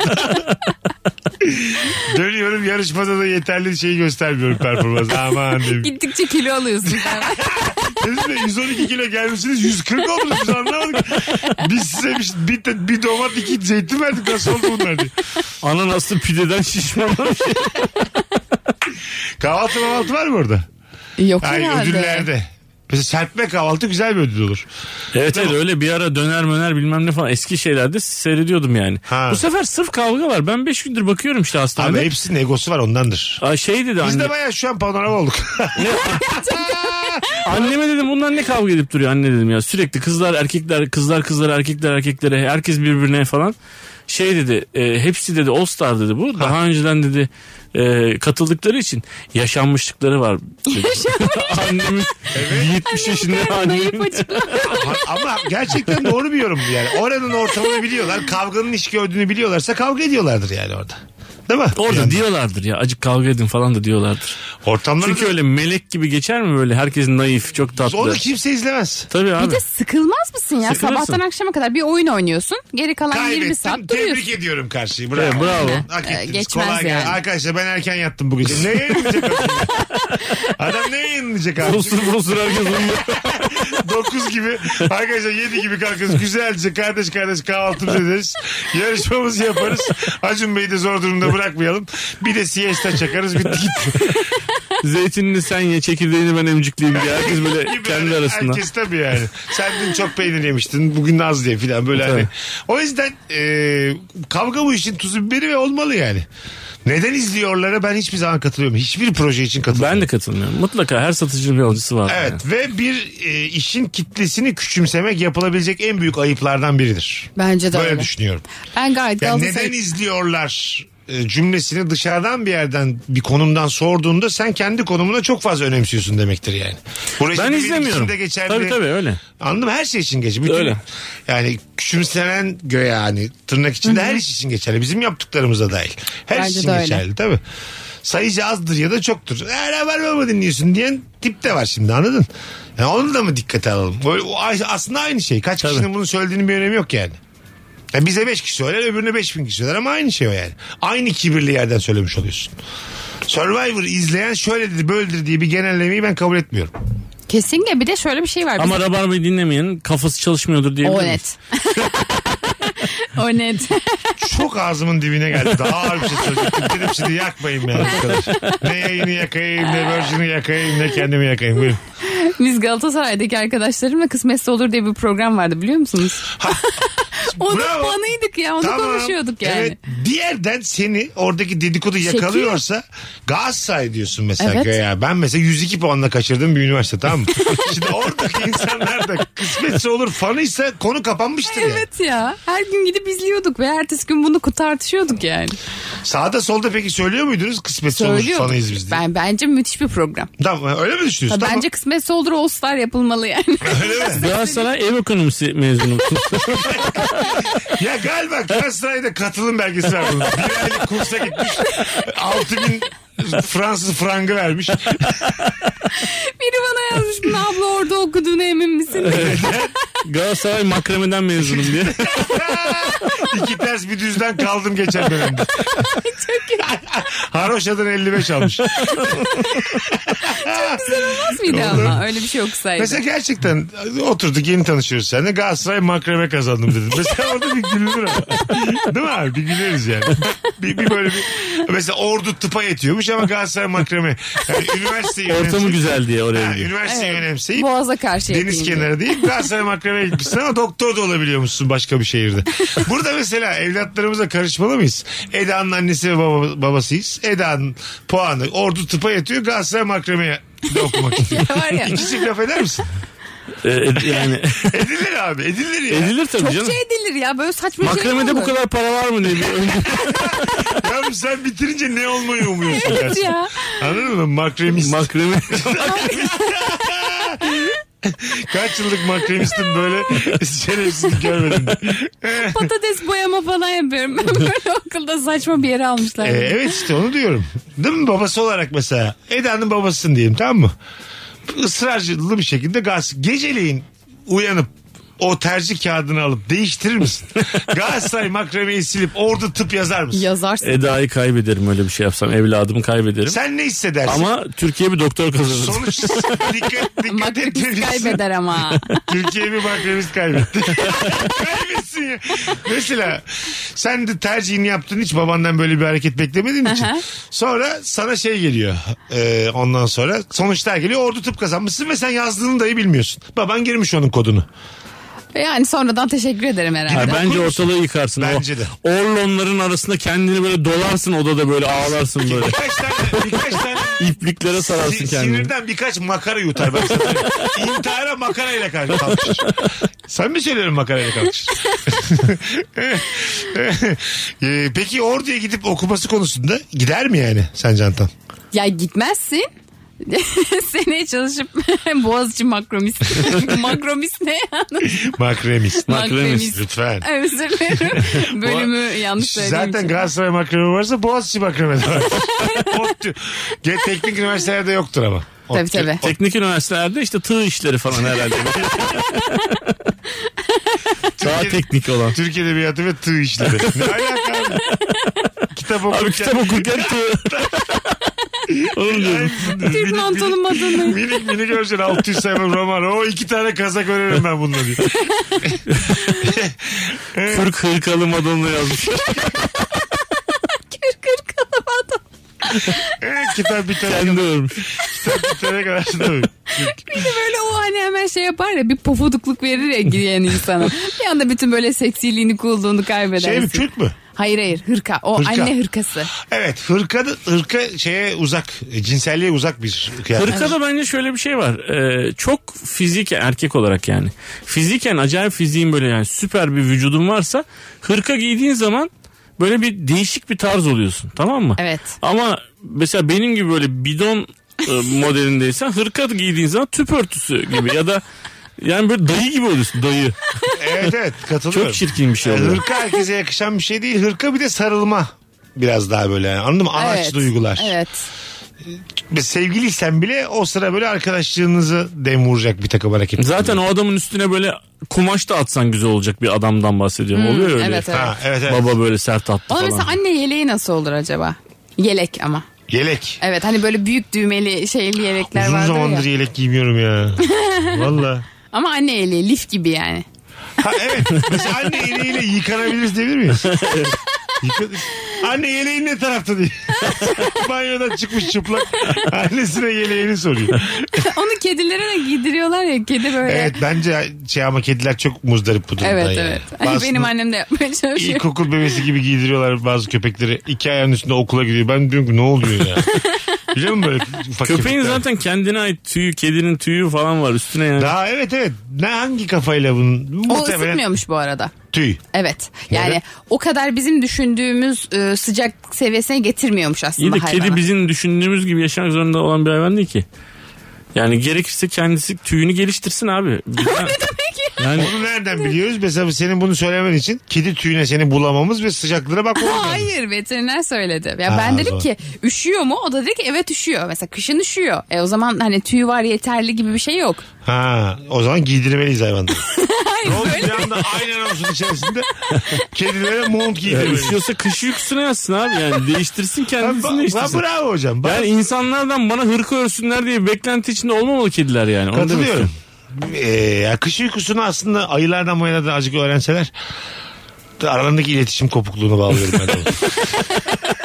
Dönüyorum yarışmada da yeterli şeyi göstermiyorum performans. Aman dedim. Gittikçe kilo alıyorsun. Dedim de yüz on iki kilo gelmişsiniz yüz kırk oldunuz biz anlamadık. Biz size bir, bir, bir domat iki zeytin verdik nasıl oldu bunlar diye. Ananaslı pideden şişmanlamış. Kahvaltı mahvaltı var mı orada? Yok Ay, herhalde. ödüllerde. Mesela serpme kahvaltı güzel bir ödül olur. Evet evet öyle bir ara döner möner bilmem ne falan eski şeylerde seyrediyordum yani. Ha. Bu sefer sırf kavga var. Ben beş gündür bakıyorum işte hastanede. Abi hepsinin egosu var ondandır. Aa, şey dedi Biz anne. de bayağı şu an panorama olduk. Anneme dedim bunlar ne kavga edip duruyor anne dedim ya. Sürekli kızlar erkekler kızlar kızlar erkekler erkeklere herkes birbirine falan. Şey dedi e, hepsi dedi All Star dedi bu. Daha ha. önceden dedi e, katıldıkları için yaşanmışlıkları var. Annemin evet. yetmiş yaşında annemin. Ama gerçekten doğru bir yorum yani. Oranın ortamını biliyorlar. Kavganın iş gördüğünü biliyorlarsa kavga ediyorlardır yani orada. Değil mi? Orada yani. Diyorlardır ya acık kavga edin falan da diyorlardır. Ortamları Çünkü da... öyle melek gibi geçer mi böyle herkes naif çok tatlı. Onu kimse izlemez. Tabii abi. Bir de sıkılmaz mısın ya? Sıkılırsın. Sabahtan akşama kadar bir oyun oynuyorsun. Geri kalan Kaybettim, yirmi saat duruyorsun. Tebrik ediyorum karşıyı. Bravo. Evet, bravo. Hak ettiniz. Geçmez Kolay yani. gelsin. Arkadaşlar ben erken yattım bu gece. Ne yayınlayacak abi? Adam ne yayınlayacak abi? Fosur fosur herkes uyuyor. dokuz gibi arkadaşlar yedi gibi kalkarız. Güzelce kardeş kardeş kahvaltımızı ederiz. Yarışmamızı yaparız. Acun Bey'i de zor durumda bırakmayalım. Bir de siesta çakarız bitti gitti. Zeytinini sen ye çekirdeğini ben emcikleyeyim diye. Herkes böyle kendi arasında. Herkes tabii yani. Sen dün çok peynir yemiştin bugün az diye filan böyle hani. O yüzden e, kavga bu işin tuzu biberi ve olmalı yani. Neden izliyorlara ben hiçbir zaman katılıyorum. Hiçbir proje için katılmıyorum. Ben de katılmıyorum. Mutlaka her satıcının bir alıcısı var. Evet yani. Ve bir e, işin kitlesini küçümsemek yapılabilecek en büyük ayıplardan biridir. Bence de Böyle öyle. düşünüyorum. Ben gayet yani Galatasaray... Neden izliyorlar cümlesini dışarıdan bir yerden bir konumdan sorduğunda sen kendi konumuna çok fazla önemsiyorsun demektir yani. Burası ben izlemiyorum. Geçerli. Tabii tabii öyle. Anladım her şey için geçerli. Bütün, öyle. Yani küçümsenen göğe yani tırnak içinde Hı-hı. her iş için geçerli. Bizim yaptıklarımıza dahil. Her Bence iş için geçerli tabii. Sayıcı azdır ya da çoktur. Eğer var mı dinliyorsun diyen tip de var şimdi anladın? Yani onu da mı dikkate alalım? Böyle, aslında aynı şey. Kaç tabii. kişinin bunu söylediğinin bir önemi yok yani. Yani bize beş kişi söyler öbürüne beş bin kişi söyler ama aynı şey o yani. Aynı kibirli yerden söylemiş oluyorsun. Survivor izleyen şöyledir böyledir diye bir genellemeyi ben kabul etmiyorum. Kesinlikle bir de şöyle bir şey var. Ama bizim... Rabarba'yı dinlemeyenin kafası çalışmıyordur diyebilir O miyiz? net. O net. Çok ağzımın dibine geldi. Daha ağır bir şey söyleyecektim. Dedim şimdi yakmayayım yani bu kadar. Ne yayını yakayım ne Virgin'i yakayım ne kendimi yakayım. Buyurun. Biz Galatasaray'daki arkadaşlarımla Kısmetse Olur diye bir program vardı biliyor musunuz? Ha, onun fanıydık ya onu tamam. konuşuyorduk yani. Evet. Diğerden seni oradaki dedikodu yakalıyorsa Galatasaray diyorsun mesela. Evet. Ya. Ben mesela yüz iki puanla kaçırdığım bir üniversite tamam mı? Şimdi oradaki insanlar da Kısmetse Olur fanıysa konu kapanmıştır yani. Evet ya. Her gün gidip izliyorduk ve ertesi gün bunu tartışıyorduk yani. Sağda solda peki söylüyor muydunuz Kısmetse Olur fanıyız biz diye? Ben, bence müthiş bir program. Tamam öyle mi düşünüyorsun? Bence tamam. Kısmetse Olur All Star yapılmalı yani. Öyle mi? Galatasaray ev ekonomisi mezunu. Ya galiba Galatasaray'da katılım belgesi var bunun. Bir aylık kursa gitmiş. altı bin Fransız frangı vermiş. Biri bana yazmış bunu abla orada okuduğuna emin misin? Galatasaray makremeden mezunum diye. İki ters bir düzden kaldım geçen dönemde. Çok iyi. Haroşa'dan elli beş almış. Çok güzel olmaz mıydı Olur. Ama öyle bir şey okusaydı. Mesela gerçekten oturduk yeni tanışıyoruz seninle Galatasaray makreme kazandım dedin. Mesela orada bir gülünür ama. Değil mi abi? Bir güleriz yani. Bir, bir böyle bir mesela Ordu tıpa yetiyormuş ama Galatasaray makreme. Yani üniversiteyi ortamı güzel diye oraya gidiyor. Üniversiteyi evet. önemseyip Boğaz'a karşı deniz kenarı değil Galatasaray makremeye gitmişsin ama doktor da olabiliyormuşsun başka bir şehirde. Burada mesela evlatlarımıza karışmalı mıyız? Eda'nın annesi ve baba, babasıyız. Eda'nın puanı Ordu tıpa yetiyor Galatasaray makremeye de okumak istiyor. İki çift laf eder misin? Ee, ed- yani Edilir abi edilir ya. edilir tabii Çokça canım. edilir ya böyle saçma şey mi Makremede olur? bu kadar para var mı diye bir önce Ya sen bitirince ne olmayı umuyorsun? Evet dersin. ya. Anladın mı? Makremist. makreme. Kaç yıllık makremistim böyle şerefsizlik görmedim. Patates boyama falan yapıyorum. Ben böyle okulda saçma bir yere almışlar. Ee, evet işte onu diyorum. Değil mi? Babası olarak mesela. Eda'nın babasısın diyeyim, tamam mı? Israrcılıklı bir şekilde gaz. Geceleyin uyanıp o tercih kağıdını alıp değiştirir misin? Galatasaray makremeyi silip orada tıp yazar mısın? Yazarsın. Eda'yı kaybederim öyle bir şey yapsam. Evladımı kaybederim. Sen ne hissedersin? Ama Türkiye bir doktor kazanır. Sonuç dikkat, dikkat Makremist etmelisin. kaybeder ama. Türkiye bir makremist kaybetti. Kaybetsin ya. Mesela sen de tercihini yaptın, hiç babandan böyle bir hareket beklemediğin için. Aha. Sonra sana şey geliyor. Ee, ondan sonra sonuçlar geliyor. Ordu tıp kazanmışsın ve sen yazdığını dahi bilmiyorsun. Baban girmiş onun kodunu. Yani sonradan teşekkür ederim herhalde. Ha, bence ortalığı yıkarsın. Bence o, de. Orlonların arasında kendini böyle dolarsın, odada böyle ağlarsın böyle. Birkaç tane, birkaç tane İpliklere sararsın si- kendini. sinirden birkaç makara yutar. Ben sana söyleyeyim. İntihara makarayla kalkışır. Sen mi söylüyorum makarayla kalkışır? Ee, Peki orduya gidip okuması konusunda gider mi yani sen Cantan? Ya gitmezsin. Seneye çalışıp Boğaziçi makromist. Makromist ne yani? Makremist. Makremist. Lütfen. Ay, özür dilerim. Bölümü yanlış söylediğim Zaten için. Galatasaray makremi varsa Boğaziçi makremi de var. ODTÜ. Ge- Teknik üniversitelerde yoktur ama. Tabii ODTÜ. tabii. Teknik üniversitelerde işte tığ işleri falan herhalde. Daha Türkiye- teknik olan. Türk Edebiyatı ve tığ işleri. Ne alaka abi? Kitap okurken. Abi kitap okurken tığ. Onu diyorum. Türk mantolun adını. Minik minik göreceksin altı yüz sayfa roman. O iki tane kazak öğrenirim ben bununla diye. Türk hırkalı Madonna yazmış. Kır kır kalamadım. Evet, kitap bir tane Kendi ölmüş. kitap bir tane kadar tabii. Bir de böyle o hani hemen şey yapar ya, bir pofudukluk verir ya giyen insana. Bir anda bütün böyle seksiliğini, coolluğunu kaybedersin. Şey mi, kürk mü? Hayır hayır, hırka. O Hırka. anne hırkası. Evet, hırka, da- hırka şeye uzak, cinselliğe uzak bir kıyafet. Hırkada bence şöyle bir şey var. Ee, çok fiziken, erkek olarak yani. Fiziken acayip fiziğin böyle yani süper bir vücudun varsa hırka giydiğin zaman böyle bir değişik bir tarz oluyorsun, tamam mı? Evet. Ama mesela benim gibi böyle bidon e, modelindeysen hırka giydiğin zaman tüp örtüsü gibi ya da yani böyle dayı gibi oluyorsun, dayı. Evet evet, katılıyorum. Çok çirkin bir şey Yani oluyor. hırka herkese yakışan bir şey değil. Hırka bir de sarılma biraz daha böyle yani. Anladın mı? Anaç Evet, duygular. Evet. Ve sevgiliysen bile o sıra böyle arkadaşlığınızı dem vuracak bir takım hareket. Zaten o adamın üstüne böyle kumaş da atsan güzel olacak bir adamdan bahsediyorum. Oluyor ya öyle. evet, evet. Ha, evet, evet. Baba böyle sert attı Ona falan. mesela anne yeleği nasıl olur acaba? Yelek ama. Yelek. Evet, hani böyle büyük düğmeli şeyli yelekler Uzun vardır zamandır ya. yelek giymiyorum ya. Valla. Ama anne yeleği lif gibi yani. Ha evet. Mesela anne yeleğiyle yıkanabiliriz diyebilir miyiz? Yıka... Anne yeleğin ne tarafta diye. Banyodan çıkmış çıplak. Annesine yeleğini soruyor. Onu kedilere de giydiriyorlar ya, kedi böyle. Evet bence şey ama kediler çok muzdarip bu durumdan Evet yani. evet. Bazısını Benim annem de yapmaya çalışıyor. İlkokul bebesi gibi giydiriyorlar bazı köpekleri. İki ayağının üstünde okula gidiyor. Ben diyorum ki ne oluyor ya? Biliyor musun böyle ufak Köpeğin köpekler? zaten kendine ait tüyü, kedinin tüyü falan var üstüne yani. Daha evet evet. Ne hangi kafayla bunun? O Muhtemelen ısıtmıyormuş bu arada. tüy. Evet. Yani Neden? o kadar bizim düşündüğümüz e, sıcak seviyesine getirmiyormuş İyi aslında de hayvana. kedi bizim düşündüğümüz gibi yaşamak zorunda olan bir hayvan değil ki. Yani gerekirse kendisi tüyünü geliştirsin abi. Biz- Yani Onu nereden biliyoruz? Mesela senin bunu söylemen için kedi tüyüne seni bulamamız ve sıcaklığına bakmamız lazım. Hayır, veteriner söyledi. Ya Ha, ben o dedim zaman. ki üşüyor mu? O da dedi ki evet üşüyor. Mesela kışın üşüyor. E o zaman hani tüyü var yeterli gibi bir şey yok. Ha, o zaman giydirmeliyiz hayvanları. Hayır Ne oldu böyle. bir anda aynen olsun içerisinde kedilere mont ya giydirmeliyiz. üşüyorsa kış uykusuna yatsın abi yani değiştirsin Ha, kendisini ba- değiştirsin. ba- bravo hocam. Bak, Yani insanlardan bana hırka örsünler diye bir beklenti içinde olmamalı kediler yani. Onu demek katılıyorum. istiyorum. Ee, ya kış uykusunu aslında ayılardan mayılardan azıcık öğrenseler aralarındaki iletişim kopukluğunu bağlıyorum ben de.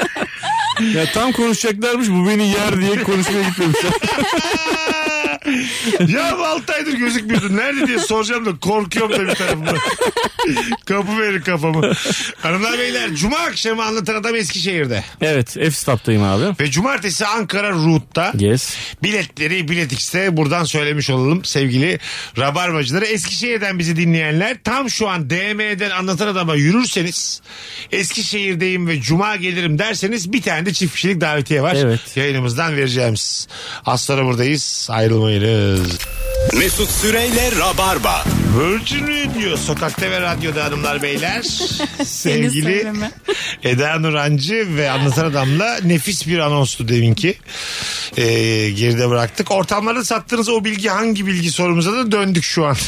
Ya tam konuşacaklarmış bu beni yer diye konuşmaya gitmemişler. Ya altı aydır gözükmüyordun. Nerede diye soracağım da korkuyorum da bir tarafımda. Kapı verir kafamı. Hanımlar beyler, Cuma akşamı Anlatan Adam Eskişehir'de. Evet, F-Stop'tayım abi. Ve cumartesi Ankara Root'ta. Yes. Biletleri Bilet X'te buradan söylemiş olalım sevgili Rabarbacıları. Eskişehir'den bizi dinleyenler, tam şu an D M'den Anlatan Adam'a yürürseniz, Eskişehir'deyim ve Cuma gelirim derseniz bir tane de çift kişilik davetiye var. Evet. Yayınımızdan vereceğimiz. Az sonra buradayız. Ayrılmayınız. Mesut Süreyle Rabarba. Virgin Radio sokakta ve radyoda hanımlar beyler. Sevgili söyleme. Eda Nurancı ve Anlatan Adam'la nefis bir anonstu deminki. Ee, geride bıraktık. Ortamlarda sattığınız o bilgi hangi bilgi sorumuza da döndük şu an.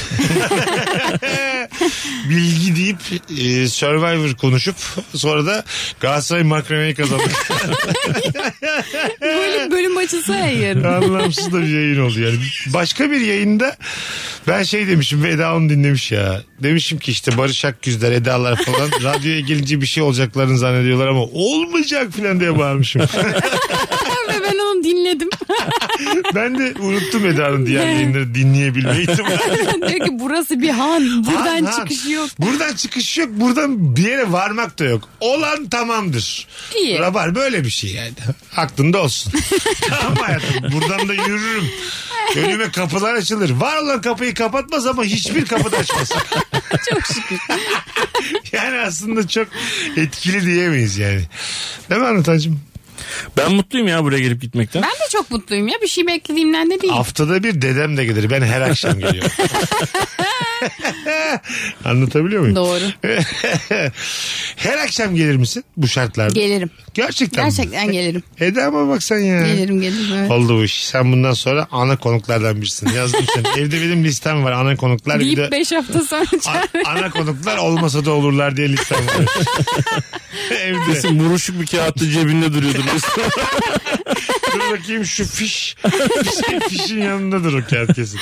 Bilgi deyip e, Survivor konuşup sonra da Galatasaray Makreme'yi kazandık. Böyle bölüm açılsa ya yarın. Anlamsız da bir yayın oldu yani. Başka bir yayında ben şey demişim ve Eda onu dinlemiş ya. Demişim ki işte Barış Akgüzler, Eda'lar falan radyoya gelince bir şey olacaklarını zannediyorlar ama olmayacak falan diye bağırmışım. Ve ben onu dinledim. Ben de unuttum Eda'nın diğer yayınları dinleyebilmeyi. Diyor ki burası bir han. Buradan Han, han. çıkış yok. Buradan çıkış yok. Buradan bir yere varmak da yok. Olan tamamdır. İyi. Rabar böyle bir şey yani. Aklında olsun. Tamam hayatım. Buradan da yürürüm. Önüme kapılar açılır. Var olan kapıyı kapatmaz ama hiçbir kapı da açmaz. Çok şükür. Yani aslında çok etkili diyemeyiz yani. Değil mi Anlatancığım? Ben mutluyum ya buraya gelip gitmekten. Ben de çok mutluyum ya. Bir şey beklediğimden de değil. Haftada bir dedem de gelir. Ben her akşam geliyorum. Anlatabiliyor muyum? Doğru. Her akşam gelir misin bu şartlarda? Gelirim. Gerçekten Gerçekten mi? gelirim. Eda ama bak sen ya. Gelirim gelirim. Evet. Oldu bu iş. Sen bundan sonra ana konuklardan birisin. Yazdım seni. Evde benim listem var. Ana konuklar. Deyip bir de beş hafta sonra a- ana konuklar olmasa da olurlar diye listem var. Evde. Kesin buruşuk bir kağıtta cebinde duruyordur. Dur bakayım şu fiş. Fiş- Fişin yanındadır o kağıt kesin.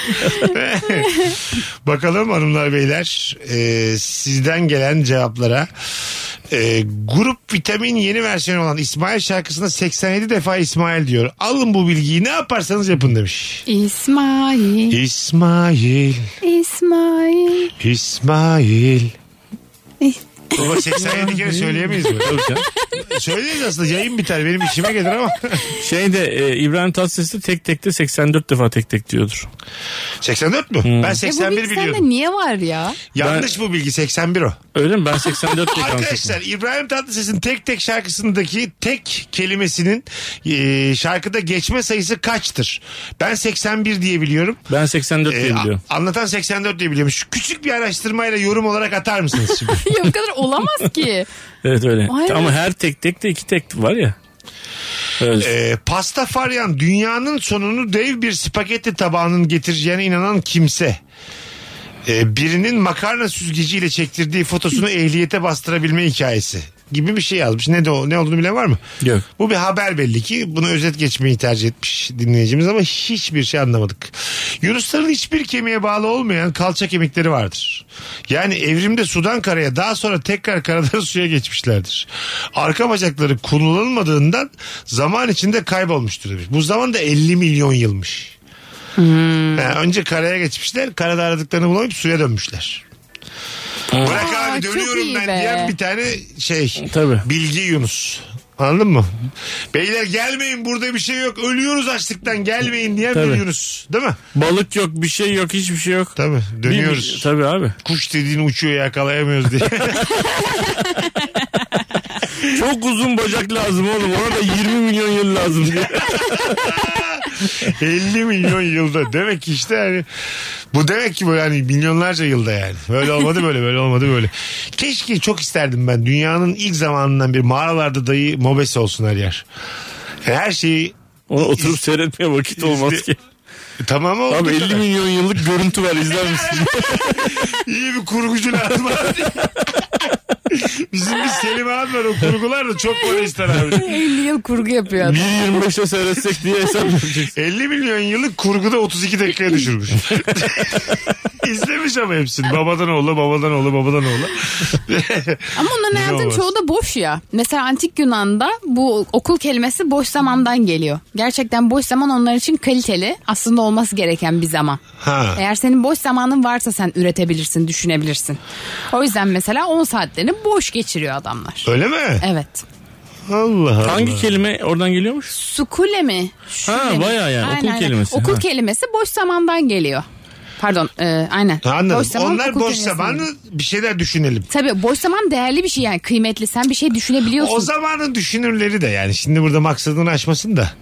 Bakalım hanımlar beyler, e, sizden gelen cevaplara. E, grup Vitamin yeni versiyonu olan İsmail şarkısında seksen yedi defa İsmail diyor. Alın bu bilgiyi, ne yaparsanız yapın demiş. İsmail. İsmail. İsmail. İsmail. Baba seksen yedi kere söyleyemeyiz mi? Söyleyiz aslında, yayın biter, benim işime gelir ama. Şeyde e, İbrahim Tatlıses de tek tekte seksen dört defa tek tek diyordur. seksen dört mü? Hmm. Ben E seksen bu bir bilgi biliyorum. sende niye var ya? Yanlış bu bilgi, seksen bir o. Öyle mi? Ben seksen dört diye Arkadaşlar, İbrahim Tatlıses'in tek tek şarkısındaki tek kelimesinin e, şarkıda geçme sayısı kaçtır? Ben seksen bir diye biliyorum. Ben seksen dört diye E, biliyorum. a- anlatan seksen dört diye biliyorum. Şu küçük bir araştırmayla yorum olarak atar mısınız şimdi? Ya bu kadar olamaz ki. Evet öyle. Vay Ama be. her tek tek de iki tek var ya. Öyle. e, Pastafaryan dünyanın sonunu dev bir spagetti tabağının getireceğine inanan kimse. E, birinin makarna süzgeciyle çektirdiği fotosunu ehliyete bastırabilme hikayesi gibi bir şey yazmış. Ne de o, ne olduğunu bilen var mı? Yok. Bu bir haber belli ki. Bunu özet geçmeyi tercih etmiş dinleyicimiz ama hiçbir şey anlamadık. Yunusların hiçbir kemiğe bağlı olmayan kalça kemikleri vardır. Yani evrimde sudan karaya, daha sonra tekrar karadan suya geçmişlerdir. Arka bacakları kullanılmadığından zaman içinde kaybolmuştur demiş. Bu zaman da elli milyon yılmış. Hmm. Yani önce karaya geçmişler, karada aradıklarını bulamayıp suya dönmüşler. Bırak Aa, abi çok dönüyorum iyi ben be. diyen bir tane şey. Tabii. Bilgi Yunus. Anladın mı? Beyler gelmeyin, burada bir şey yok, ölüyoruz açlıktan, gelmeyin diyen Tabii. bir Yunus. Değil mi? Balık yok, bir şey yok, hiçbir şey yok. Tabii. Dönüyoruz. Bir- tabii abi. Kuş dediğin uçuyor, yakalayamıyoruz diye. Çok uzun bacak lazım oğlum. Ona da yirmi milyon yıl lazım diye. elli milyon yılda. Demek ki işte yani bu demek ki böyle hani milyonlarca yılda yani. Böyle olmadı böyle, böyle olmadı böyle. Keşke, çok isterdim ben. Dünyanın ilk zamanından bir mağaralarda dayı mobese olsun her yer. Yani her şeyi Onu oturup seyretmeye vakit olmaz İzle- ki. tamam oldu. Abi elli milyon yıllık görüntü var, izler misin? İyi bir kurgucu lazım abi. Bizim bir Selim abi var, o kurgular da çok para ister abi. elli yıl kurgu yapıyor adam. bir yirmi beşe seyretsek diye hesap yapacaksın. elli milyon yıllık kurguda otuz iki dakikaya düşürmüş. İzlemiş ama hepsini. Babadan oğlu, babadan oğlu, babadan oğlu. Ama onların hayatın çoğu da boş ya. Mesela Antik Yunan'da bu okul kelimesi boş zamandan geliyor. Gerçekten boş zaman onlar için kaliteli, aslında olması gereken bir zaman. Ha. Eğer senin boş zamanın varsa sen üretebilirsin, düşünebilirsin. O yüzden mesela on saatlerini boş geçiriyor adamlar. Öyle mi? Evet. Allah Allah. Hangi kelime oradan geliyormuş? Sukule mi? Şule Ha mi? bayağı yani Aynen, okul aynen. kelimesi. Okul Ha. kelimesi boş zamandan geliyor. Pardon e, aynen. Anladım. Boş zaman, Onlar okul boş kelimesinden zamanı geliyor. bir şeyler düşünelim. Tabii boş zaman değerli bir şey yani, kıymetli. Sen bir şey düşünebiliyorsun. O zamanın düşünürleri de yani şimdi burada maksadını aşmasın da.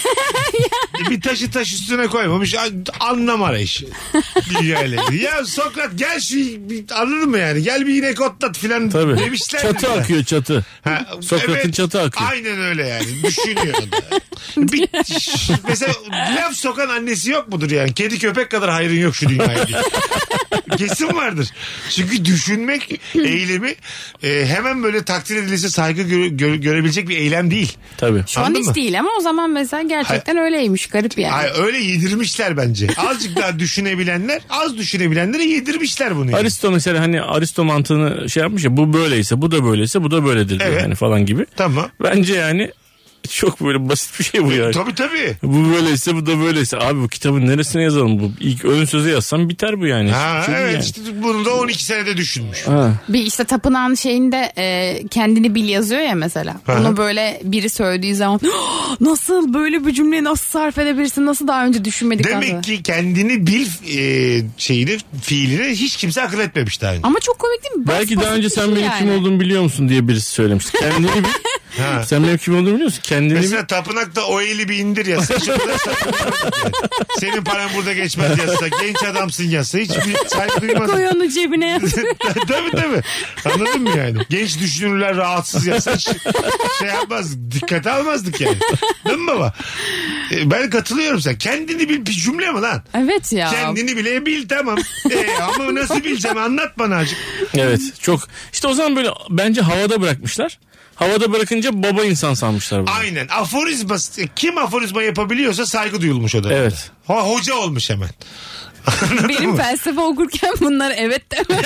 Bir taşı taş üstüne koymamış, anlam arayışı. Bilgiyle. Ya Sokrat gel şu, anladın mı yani? Gel bir inek otlat filan demişler. Çatı ya. akıyor çatı. Ha, Sokrat'ın evet, çatı akıyor. Aynen öyle yani. Düşünüyor da. Bir, mesela laf sokan annesi yok mudur yani? Kedi köpek kadar hayrın yok şu dünyaya diye. Kesin vardır. Çünkü düşünmek eylemi e, hemen böyle takdir edilirse saygı gö- gö- görebilecek bir eylem değil. Tabii. Şu an Anladın hiç mı? değil ama o zaman mesela gerçekten öyleymiş. Garip yani. Hayır, öyle yedirmişler bence. Azıcık daha düşünebilenler, az düşünebilenlere yedirmişler bunu. Yani. Aristo mesela hani Aristo mantığını şey yapmış ya, bu böyleyse bu da böyleyse bu da böyledir diyor Evet. yani falan gibi. Tamam. Bence yani çok böyle basit bir şey bu yani. Tabii tabii. Bu böyleyse bu da böyleyse. Abi bu kitabın neresine yazalım bu? İlk ön sözü yazsam biter bu yani. Ha, Şey değil evet yani. işte bunu da on iki senede düşünmüş. Ha. Bir işte tapınağın şeyinde e, kendini bil yazıyor ya mesela. Aha. Bunu böyle biri söylediği zaman nasıl böyle bir cümleyi nasıl sarf edebilirsin? Nasıl daha önce düşünmedik? Demek aslında? ki kendini bil e, şeyini, fiilini hiç kimse akıl etmemiş daha önce. Ama çok komik değil mi? Bas Belki daha basit önce bir sen şey benim yani. kim olduğumu biliyor musun diye birisi söylemişti. Kendini bil. Ha. Sen benim kim olduğumu biliyor musun? Kendini Mesela bil. tapınakta o eli bir indir yazsa. Şu kadar sakınırdık yani. Senin paran burada geçmez yazsa. Genç adamsın yazsa. Hiçbir saygı duymaz. Koy onu cebine yaz. Tabii tabii. Anladın mı yani? Genç düşünürler rahatsız yazsa hiç şey yapmaz. Dikkate almazdık yani. Değil mi baba? E, ben katılıyorum sen. Kendini bil bir cümle mi lan? Evet ya. Kendini bile bil tamam. E, ama nasıl bileceğim anlat bana azıcık. Evet çok. İşte o zaman böyle bence havada bırakmışlar. Havada bırakınca baba insan sanmışlar bunu. Aynen. Aforizma, kim aforizma yapabiliyorsa saygı duyulmuş o da. Evet. Ha, hoca olmuş hemen. Benim felsefe okurken bunlar evet deme.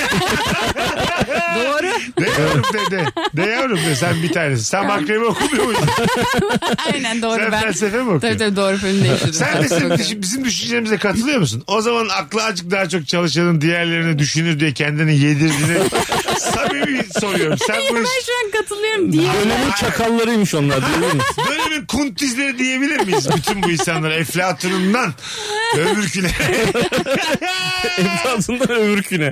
Doğru. De yavrum de de. De yavrum de sen bir tanesi. Sen makremi okumuyor muydun? Aynen doğru. Sen ben. felsefe mi okuyorsun? Tabii tabii doğru film değiştirdim. Sen de bizim, düşün- bizim düşüncemize katılıyor musun? O zaman aklı azıcık daha çok çalışanın diğerlerini düşünür diye kendini yedirdiğini samimi soruyorum. Sen bu Ben iş... şu an katılıyorum diye. Dönemin çakallarıymış onlar diyebilir miyiz? Dönemin kuntizleri diyebilir miyiz bütün bu insanlara? Eflatun'undan öbürküne. Eflatun'dan öbürküne.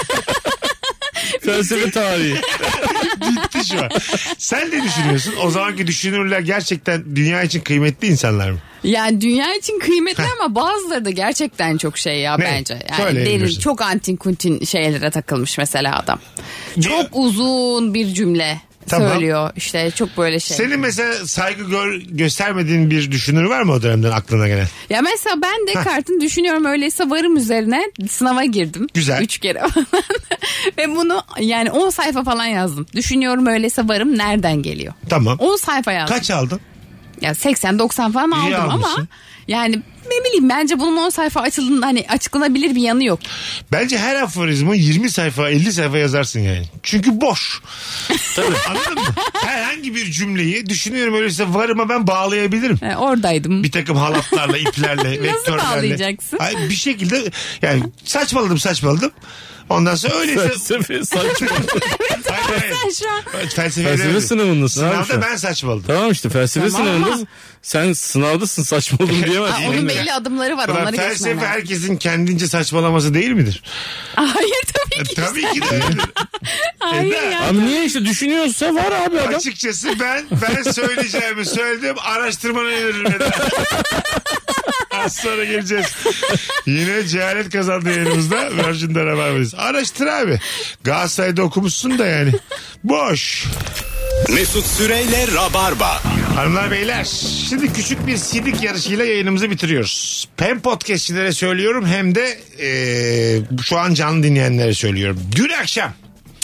Felsefe tarihi. Gitti şu an. Sen ne düşünüyorsun? O zamanki düşünürler gerçekten dünya için kıymetli insanlar mı? Yani dünya için kıymetli ama bazıları da gerçekten çok şey ya Ne? bence. Yani Söyleyebilirsin. derin, çok antin kuntin şeylere takılmış mesela adam. Çok uzun bir cümle Tamam. söylüyor. İşte çok böyle şey. Senin mesela saygı gör, göstermediğin bir düşünür var mı o dönemden aklına gelen? Ya mesela ben Descartes'in düşünüyorum öyleyse varım üzerine sınava girdim. Güzel. Üç kere falan. Ve bunu yani on sayfa falan yazdım. Düşünüyorum öyleyse varım nereden geliyor? Tamam. on sayfa yazdım. Kaç aldın? Ya seksen doksan falan İyi aldım ama almışsın. yani ne bileyim bence bunun on sayfa açıldığında hani açıklanabilir bir yanı yok. Bence her aforizma yirmi sayfa elli sayfa yazarsın yani. Çünkü boş. Tabii. Anladın mı? Herhangi bir cümleyi düşünüyorum öyleyse varıma ben bağlayabilirim. E, oradaydım. Bir takım halatlarla, iplerle, vektörlerle. bağlayacaksın? Ay, bir şekilde yani saçmaladım saçmaladım. Ondan sonra öyleyse... Felsefe saçma. Hayır, hayır. Sen şu an Felsefe, Felsefe demedim. sınavındasın abi şu Sınavda an. ben saçmaladım. Tamam işte felsefe Tamam ama- sınavındasın. Sen sınavdasın saçmaladım diyemezsin. Ha, onun belli adımları var, Ulan onları geçmen felsefe lazım. herkesin kendince saçmalaması değil midir? Hayır tabii ki. Tabii ki de öyledir. Hayır Eda, ya. Abi niye işte düşünüyorsa var abi adam. Açıkçası ben ben söyleyeceğimi söyledim. Araştırmanı öneririm Eda. Az sonra geleceğiz. Yine cehalet kazandı yayınımızda. Virgin'de Rabarba'dayız. Araştır abi. Galatasaray'da okumuşsun da yani. Boş. Mesut Süreyle Rabarba. Hanımlar beyler, şimdi küçük bir sidik yarışıyla yayınımızı bitiriyoruz. Hem podcastçilere söylüyorum hem de e, şu an canlı dinleyenlere söylüyorum. Dün akşam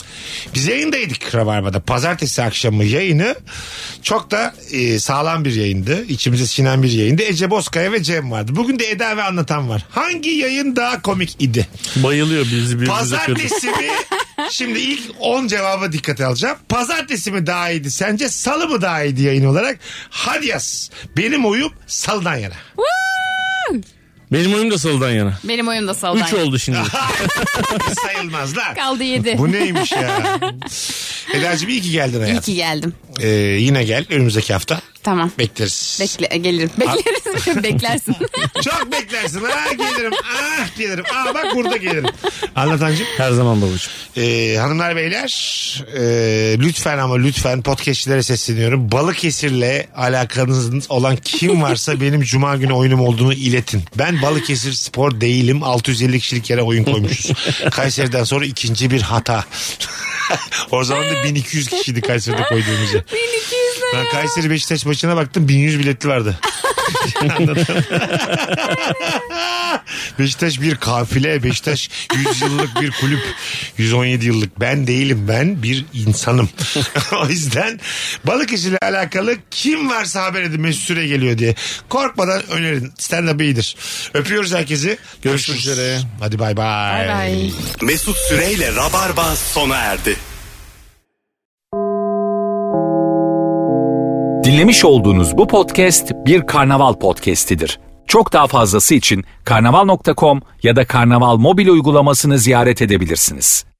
Biz yayındaydık Rabarba'da. Pazartesi akşamı yayını çok da e, sağlam bir yayındı. İçimize sinen bir yayındı. Ece Bozkaya ve Cem vardı. Bugün de Eda ve Anlatan var. Hangi yayın daha komik idi? Bayılıyor bizi birbirimize. Pazartesi mi? Şimdi ilk on cevaba dikkate alacağım. Pazartesi mi daha iyiydi sence? Salı mı daha iyiydi yayın olarak? Hadi yaz. Benim oyum salıdan yana. Benim oyum da salıdan yana. Benim oyum da salıdan Üç yana. oldu şimdi. Sayılmaz lan. Kaldı yedi. Bu neymiş ya? Eda'cığım iyi ki geldin hayatım. İyi ki geldim. Ee, yine gel önümüzdeki hafta. Tamam. Bekleriz. Bekle, gelirim. Bekleriz. Beklersin. Çok beklersin. Ha gelirim. Ah gelirim. Aa bak burada gelirim. Anlatancığım. Her zaman babacığım. Ee, hanımlar beyler e, lütfen ama lütfen podcastçilere sesleniyorum. Balıkesir'le alakanız olan kim varsa benim cuma günü oyunum olduğunu iletin. Ben Balıkesir Spor değilim. altı yüz elli kişilik yere oyun koymuşuz. Kayseri'den sonra ikinci bir hata. O zaman da bin iki yüz kişiydi Kayseri'de koyduğumuz yer. bin iki yüz ne Ben ya? Kayseri Beşiktaş maçına baktım bin yüz biletli vardı. Anladın? Beşiktaş bir kafile, Beşiktaş yüz yıllık bir kulüp, yüz on yedi yıllık. Ben değilim, ben bir insanım. O yüzden Balıkesir'le alakalı kim varsa haber edin, Mesut Süre geliyor diye. Korkmadan önerin. Stand-up iyidir. Öpüyoruz herkesi. Görüşmek üzere. Hadi bay bay. Bay bay. Mesut Süreyle Rabarba sona erdi. Dinlemiş olduğunuz bu podcast bir karnaval podcastidir. Çok daha fazlası için karnaval nokta com ya da karnaval mobil uygulamasını ziyaret edebilirsiniz.